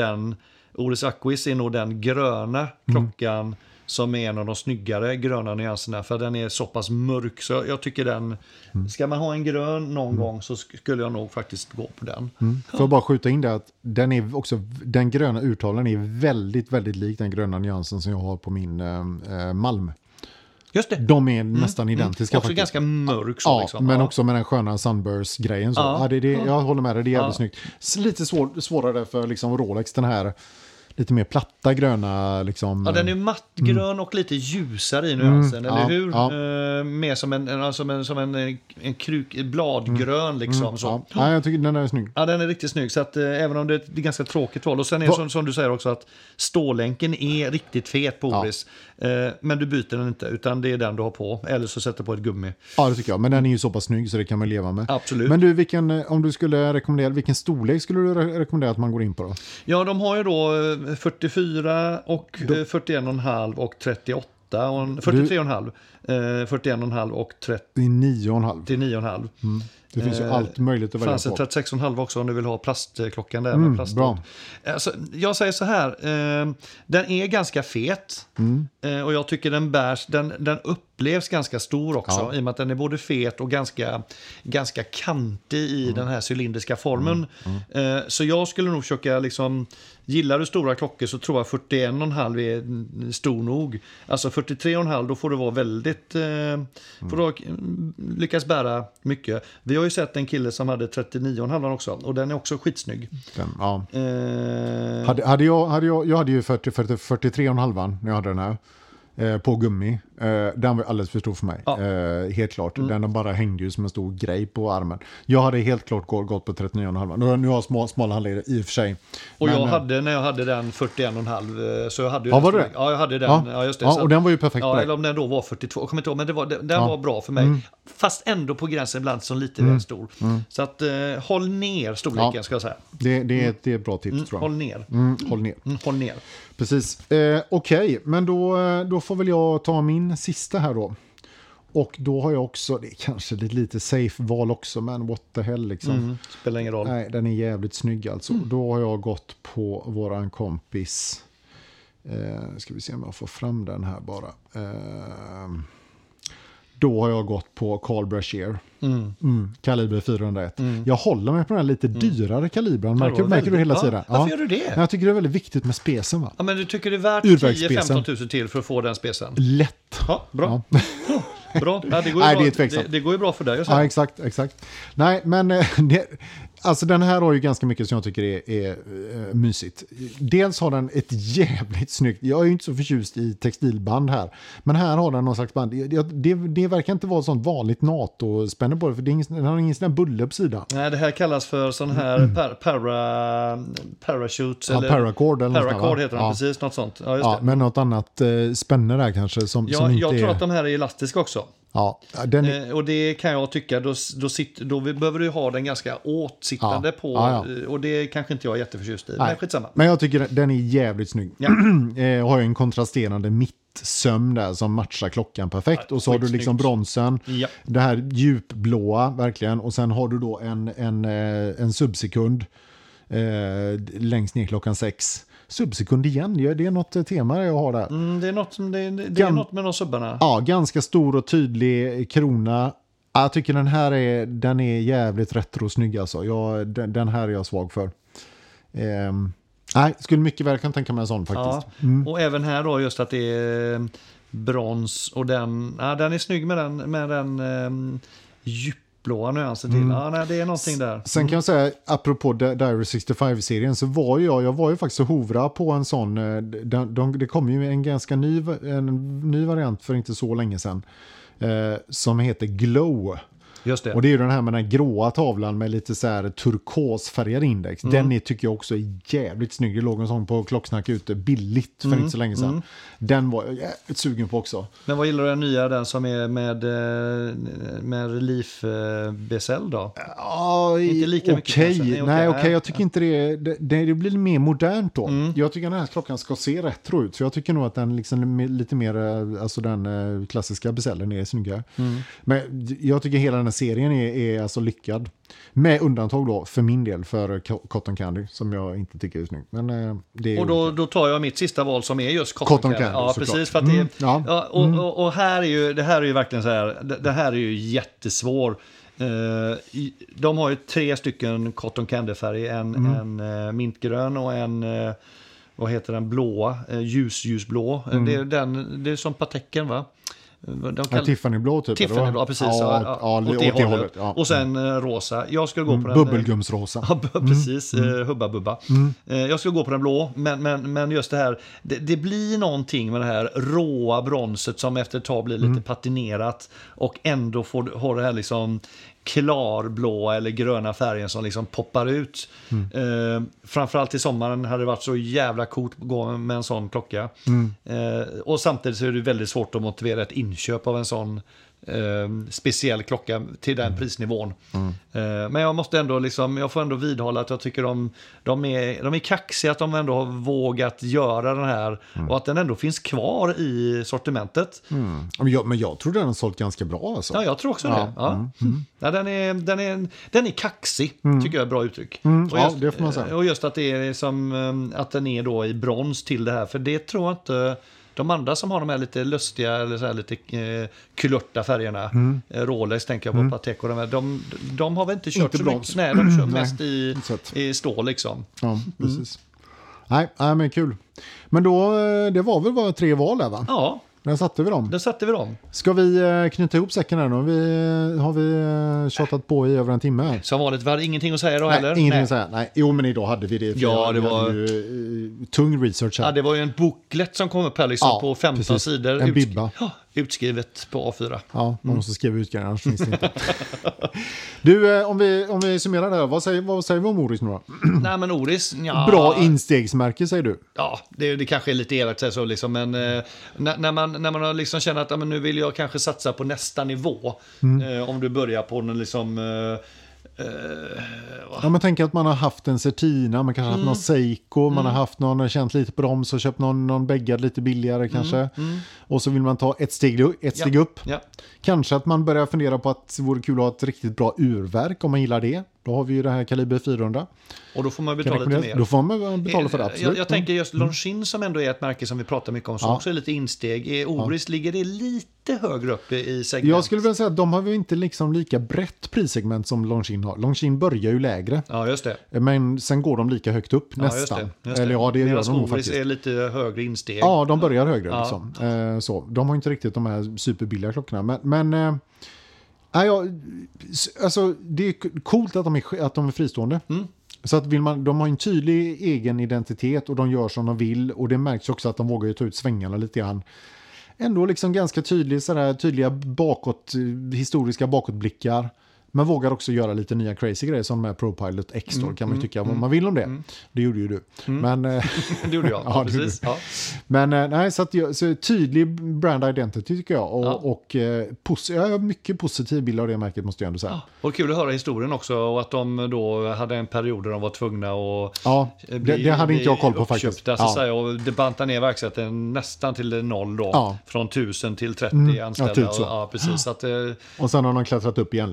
Speaker 1: Aquis är nog den gröna klockan som är en av de snyggare gröna nyanserna, för den är så pass mörk så jag tycker den, ska man ha en grön någon gång så skulle jag nog faktiskt gå på den.
Speaker 2: Får jag bara skjuta in det att den gröna urtalen är väldigt, väldigt lik den gröna nyansen som jag har på min Malm.
Speaker 1: Just det.
Speaker 2: De är nästan identiska.
Speaker 1: Också faktiskt ganska mörk så
Speaker 2: ja,
Speaker 1: liksom.
Speaker 2: Men också med den sköna Sunburst-grejen. Så. Ja. Jag håller med dig, det är jävligt snyggt. Lite svårare för liksom Rolex, den här lite mer platta gröna liksom.
Speaker 1: Ja, den är mattgrön och lite ljusare i nyansen, eller hur? Ja. Mer som en bladgrön liksom. Så.
Speaker 2: Ja, jag tycker den är snygg.
Speaker 1: Ja, den är riktigt snygg, så att även om det är ganska tråkigt val. Och sen är som du säger också att stålänken är riktigt fet på Oris. Men du byter den inte, utan det är den du har på. Eller så sätter på ett gummi.
Speaker 2: Ja, det tycker jag. Men den är ju så pass snygg så det kan man leva med.
Speaker 1: Absolut.
Speaker 2: Men du, om du skulle rekommendera, vilken storlek skulle du rekommendera att man går in på då?
Speaker 1: Ja, de har ju då 44 och 41,5 och 38 och 43,5. 41,5 och
Speaker 2: 39,5.
Speaker 1: Till 9,5.
Speaker 2: Det finns ju allt möjligt att välja på.
Speaker 1: Det fanns 36,5 också om du vill ha plastklockan där med plast.
Speaker 2: Bra.
Speaker 1: Alltså, jag säger så här, den är ganska fet och jag tycker den upplevs ganska stor också, i och med att den är både fet och ganska kantig i den här cylindriska formen. Så jag skulle nog försöka liksom, gillar du stora klockor så tror jag 41,5 är stor nog. Alltså 43,5 då får du vara väldigt får du lyckas bära mycket. Vi har ju sett en kille som hade 39,5 också och den är också skitsnygg.
Speaker 2: Jag hade ju 43,5 när jag hade den här på gummi. Den var alldeles för stor för mig. Helt klart. Den bara hängde ju som en stor grej på armen. Jag hade helt klart gått på 39,5. Nu har jag smala handleder i och för sig.
Speaker 1: Och när jag hade den 41,5 så jag hade ju
Speaker 2: var det?
Speaker 1: Ja, jag hade den. Ja, just det.
Speaker 2: Och den var ju perfekt.
Speaker 1: Ja, eller om den då var 42. Jag kommer inte ihåg, men den var bra för mig. Fast ändå på gränsen ibland som lite väl stor. Så att håll ner storleken ska jag säga.
Speaker 2: Det är ett bra tips tror jag.
Speaker 1: Håll ner. Håll ner.
Speaker 2: Precis. Okej, men då får väl jag ta min sista här då. Och då har jag också, det är kanske lite safe val också, men what the hell liksom.
Speaker 1: Spelar ingen roll.
Speaker 2: Nej, den är jävligt snygg alltså. Då har jag gått på våran kompis, ska vi se om jag får fram den här bara. Då har jag gått på Carl Brashear. Kaliber 401. Jag håller mig på den här lite dyrare kalibern. Märker du hela tiden?
Speaker 1: Varför gör du det?
Speaker 2: Jag tycker det är väldigt viktigt med spesen, va?
Speaker 1: Ja, men du tycker det är värt 10-15 000 till för att få den spesen?
Speaker 2: Lätt.
Speaker 1: Ja, bra.
Speaker 2: Ja.
Speaker 1: Bra. Ja, det går ju bra för dig.
Speaker 2: Ja, exakt. Nej, men alltså den här har ju ganska mycket som jag tycker är mysigt. Dels har den ett jävligt snyggt, jag är ju inte så förtjust i textilband här, men här har den någon slags band. Det verkar inte vara sånt vanligt NATO-spänne på det, för den har ingen sån här bulle på sidan.
Speaker 1: Nej, det här kallas för sån här parachutes eller
Speaker 2: paracord eller
Speaker 1: paracord heter den, precis, något sånt. Ja, just det.
Speaker 2: Men något annat spänne där kanske som inte
Speaker 1: jag tror att de här är elastiska också.
Speaker 2: Ja,
Speaker 1: och det kan jag tycka, då behöver du ha den ganska åtsittande på, och det kanske inte jag är jätteförtjust i. Men skitsamma.
Speaker 2: Men jag tycker den är jävligt snygg. Har ju en kontrasterande mittsöm där som matchar klockan perfekt. Och så har du liksom bronsen, det här djupblåa verkligen. Och sen har du då en subsekund längst ner klockan 6. Subsekund igen, det är något tema jag har där.
Speaker 1: Det är något med de subbarna.
Speaker 2: Ja, ganska stor och tydlig krona. Jag tycker den är jävligt retrosnygg alltså. Den här är jag svag för. Nej, skulle mycket väl kan tänka mig en sån faktiskt.
Speaker 1: Ja. Och även här då just att det är brons och den är snygg med den djupblåa nyansen till. Ja, nej, det är någonting där.
Speaker 2: Sen kan jag säga, apropå Diary 65-serien, så var jag var ju faktiskt och hovra på en sån, det kom ju en ganska ny variant för inte så länge sedan, som heter Glow.
Speaker 1: Just det.
Speaker 2: Och det är ju den här med den gråa tavlan med lite så här turkosfärgad index. Den tycker jag också är jävligt snygg. Det låg en sån på Klocksnack ute billigt för inte så länge sedan. Den var jag jävligt sugen på också.
Speaker 1: Men vad gillar du den nya, den som är med Relief Bezel då?
Speaker 2: Ja,
Speaker 1: inte lika mycket
Speaker 2: okej. Nej, jag tycker inte det blir mer modernt då. Jag tycker den här klockan ska se retro ut. Så jag tycker nog att den liksom lite mer, alltså den klassiska Bezellen är snyggare. Men jag tycker hela den här serien är alltså lyckad. Med undantag då för min del för Cotton Candy som jag inte tycker är snygg. Men det är
Speaker 1: och då tar jag mitt sista val som är just Cotton Candy. Ja, precis, för att och det här är ju verkligen så här, det här är ju jättesvår. De har ju 3 stycken Cotton Candy-färg, en mintgrön och en vad heter den blåa, ljusblå. Det är som Pateken, va?
Speaker 2: Tiffany-blå typ.
Speaker 1: Tiffany-blå, precis. Åt det hållet. Ja. Och sen rosa. Jag skulle gå på den.
Speaker 2: Bubbelgumsrosa.
Speaker 1: Ja, precis. Hubba-bubba. Jag skulle gå på den blå. Men just det här, det blir någonting med det här råa bronset som efter ett tag blir lite patinerat och ändå har det här liksom klarblå eller gröna färgen som liksom poppar ut. Framförallt i sommaren hade det varit så jävla coolt att gå med en sån klocka. Och samtidigt så är det väldigt svårt att motivera ett inköp av en sån speciell klocka till den prisnivån. Men jag måste ändå liksom, jag får ändå vidhålla att jag tycker de är kaxiga, att de ändå har vågat göra den här och att den ändå finns kvar i sortimentet.
Speaker 2: Men jag tror den har sålt ganska bra alltså.
Speaker 1: Ja, jag tror också det. Ja. Ja, den är kaxig, tycker jag är ett bra uttryck. Och just,
Speaker 2: det får man säga.
Speaker 1: Och just att det är som att den är då i brons till det här, för det tror jag inte de andra som har de här lite lustiga eller så här lite kulörta färgerna, Rolex tänker jag på, Patek och de har väl inte kört så mycket. Nej, de kör mest i stål liksom.
Speaker 2: Ja, precis. Nej, men kul. Men då, det var väl bara 3 val där, va?
Speaker 1: Ja.
Speaker 2: Där satte vi dem. Ska vi knyta ihop säcken här då? Har vi tjatat på i över en timme?
Speaker 1: Som vanligt, var det ingenting att säga då heller?
Speaker 2: Ingenting att säga. Nej. Jo, men idag hade vi det.
Speaker 1: Ja, det var
Speaker 2: ju, tung research här.
Speaker 1: Ja, det var ju en booklet som kom upp här liksom, på 15 precis. Sidor.
Speaker 2: En bibba.
Speaker 1: Utskrivet på A4.
Speaker 2: Ja, man måste skriva utgången, annars finns det inte. Du, om vi summerar det här, vad säger vi om Oris nu då?
Speaker 1: Nej, men Oris, ja.
Speaker 2: Bra instegsmärke, säger du?
Speaker 1: Ja, det kanske är lite elakt att säga så liksom, men när man har liksom känner att men nu vill jag kanske satsa på nästa nivå. Om du börjar på den liksom...
Speaker 2: Ja, man tänker att man har haft en Certina, man kanske har haft någon Seiko, man har haft någon, känt lite på dem, så köpt någon bäggad lite billigare kanske. Och så vill man ta ett steg upp.
Speaker 1: Ja.
Speaker 2: Kanske att man börjar fundera på att det vore kul att ha ett riktigt bra urverk om man gillar det. Då har vi ju det här Kaliber 400.
Speaker 1: Och då får man betala lite mer.
Speaker 2: Då får man betala för det, absolut.
Speaker 1: Jag tänker just Longines som ändå är ett märke som vi pratar mycket om, som också är lite insteg. Oris ligger det lite högre upp i segment. Jag skulle vilja säga att de har ju inte liksom lika brett prissegment som Longines har. Longines börjar ju lägre. Ja, just det. Men sen går de lika högt upp nästan. Just det. Eller det gör de nog faktiskt. Är lite högre insteg. Ja, de börjar högre liksom. Så. De har inte riktigt de här superbilliga klockorna. Men alltså, det är coolt att de är fristående. Så att de har en tydlig egen identitet och de gör som de vill. Och det märks också att de vågar ju ta ut svängarna lite grann. Ändå liksom ganska tydliga historiska bakåtblickar. Man vågar också göra lite nya crazy grejer som med ProPilot X då, kan man ju tycka vad man vill om det. Det gjorde ju du. Men, det gjorde jag, ja, precis. Ja. Men nej, så tydlig brand identity tycker jag. Och jag har mycket positiv bild av det märket, måste jag ändå säga. Och kul att höra historien också, och att de då hade en period där de var tvungna att
Speaker 2: det hade inte jag koll på faktiskt.
Speaker 1: Och det bantade ner verksamheten nästan till 0 då. Från 1000 till 30 anställda.
Speaker 2: Typ så.
Speaker 1: Precis. Så att,
Speaker 2: och sen har de klättrat upp igen liksom.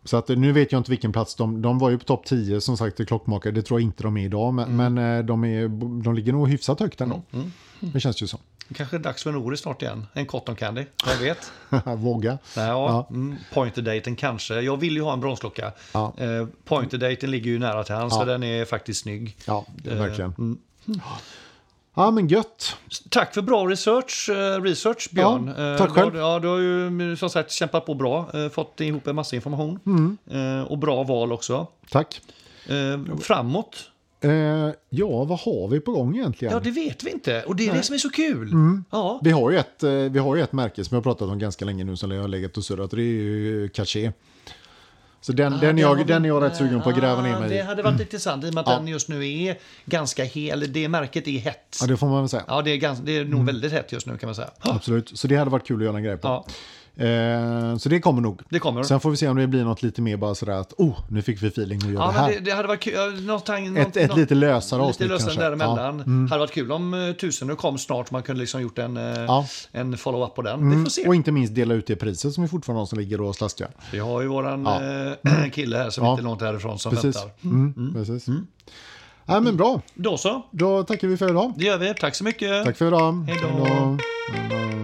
Speaker 2: Så att nu vet jag inte vilken plats de var ju på topp 10 som sagt i klockmakare. Det tror jag inte de är idag. Men de ligger nog hyfsat högt ändå. Det känns ju så.
Speaker 1: Kanske är dags för en Ori snart igen. En cotton candy, jag vet.
Speaker 2: Våga.
Speaker 1: Ja. Pointer-daten kanske. Jag vill ju ha en bronsklocka. Ja. Pointer-daten ligger ju nära till hands, så den är faktiskt snygg.
Speaker 2: Ja, verkligen. Ja, men gött.
Speaker 1: Tack för bra research Björn.
Speaker 2: Ja, tack själv.
Speaker 1: Du har ju som sagt kämpat på bra, fått ihop en massa information. Och bra val också.
Speaker 2: Tack.
Speaker 1: Framåt.
Speaker 2: Ja, vad har vi på gång egentligen?
Speaker 1: Ja, det vet vi inte. Och det är det som är så kul. Ja.
Speaker 2: Vi har ju ett märke som jag har pratat om ganska länge nu som jag har legat och surrat. Och det är ju Cartier. Så den är jag rätt sugen på att gräva ner mig i.
Speaker 1: Det hade varit intressant i och med att den just nu är ganska hel. Det märket är hett.
Speaker 2: Ja, det får man väl säga.
Speaker 1: Ja, det är nog väldigt hett just nu kan man säga.
Speaker 2: Absolut, så det hade varit kul att göra en grej på.
Speaker 1: Ja.
Speaker 2: Så det kommer nog.
Speaker 1: Det kommer.
Speaker 2: Sen får vi se om det blir något lite mer bara sådär att nu fick vi feeling att göra det här.
Speaker 1: Det hade varit kul.
Speaker 2: Ett lite lösare avsnitt
Speaker 1: lite lösare
Speaker 2: kanske.
Speaker 1: däremellan. Hade varit kul om 1000 kom snart. Man kunde liksom gjort en follow-up på den. Vi får se.
Speaker 2: Och inte minst dela ut det priset som vi fortfarande har som ligger och slaskar.
Speaker 1: Vi har ju våran kille här som inte är långt härifrån som väntar.
Speaker 2: Precis. Ja, men bra.
Speaker 1: Då så.
Speaker 2: Då tackar vi för idag.
Speaker 1: Det gör vi. Tack så mycket.
Speaker 2: Tack för idag.
Speaker 1: Hej då.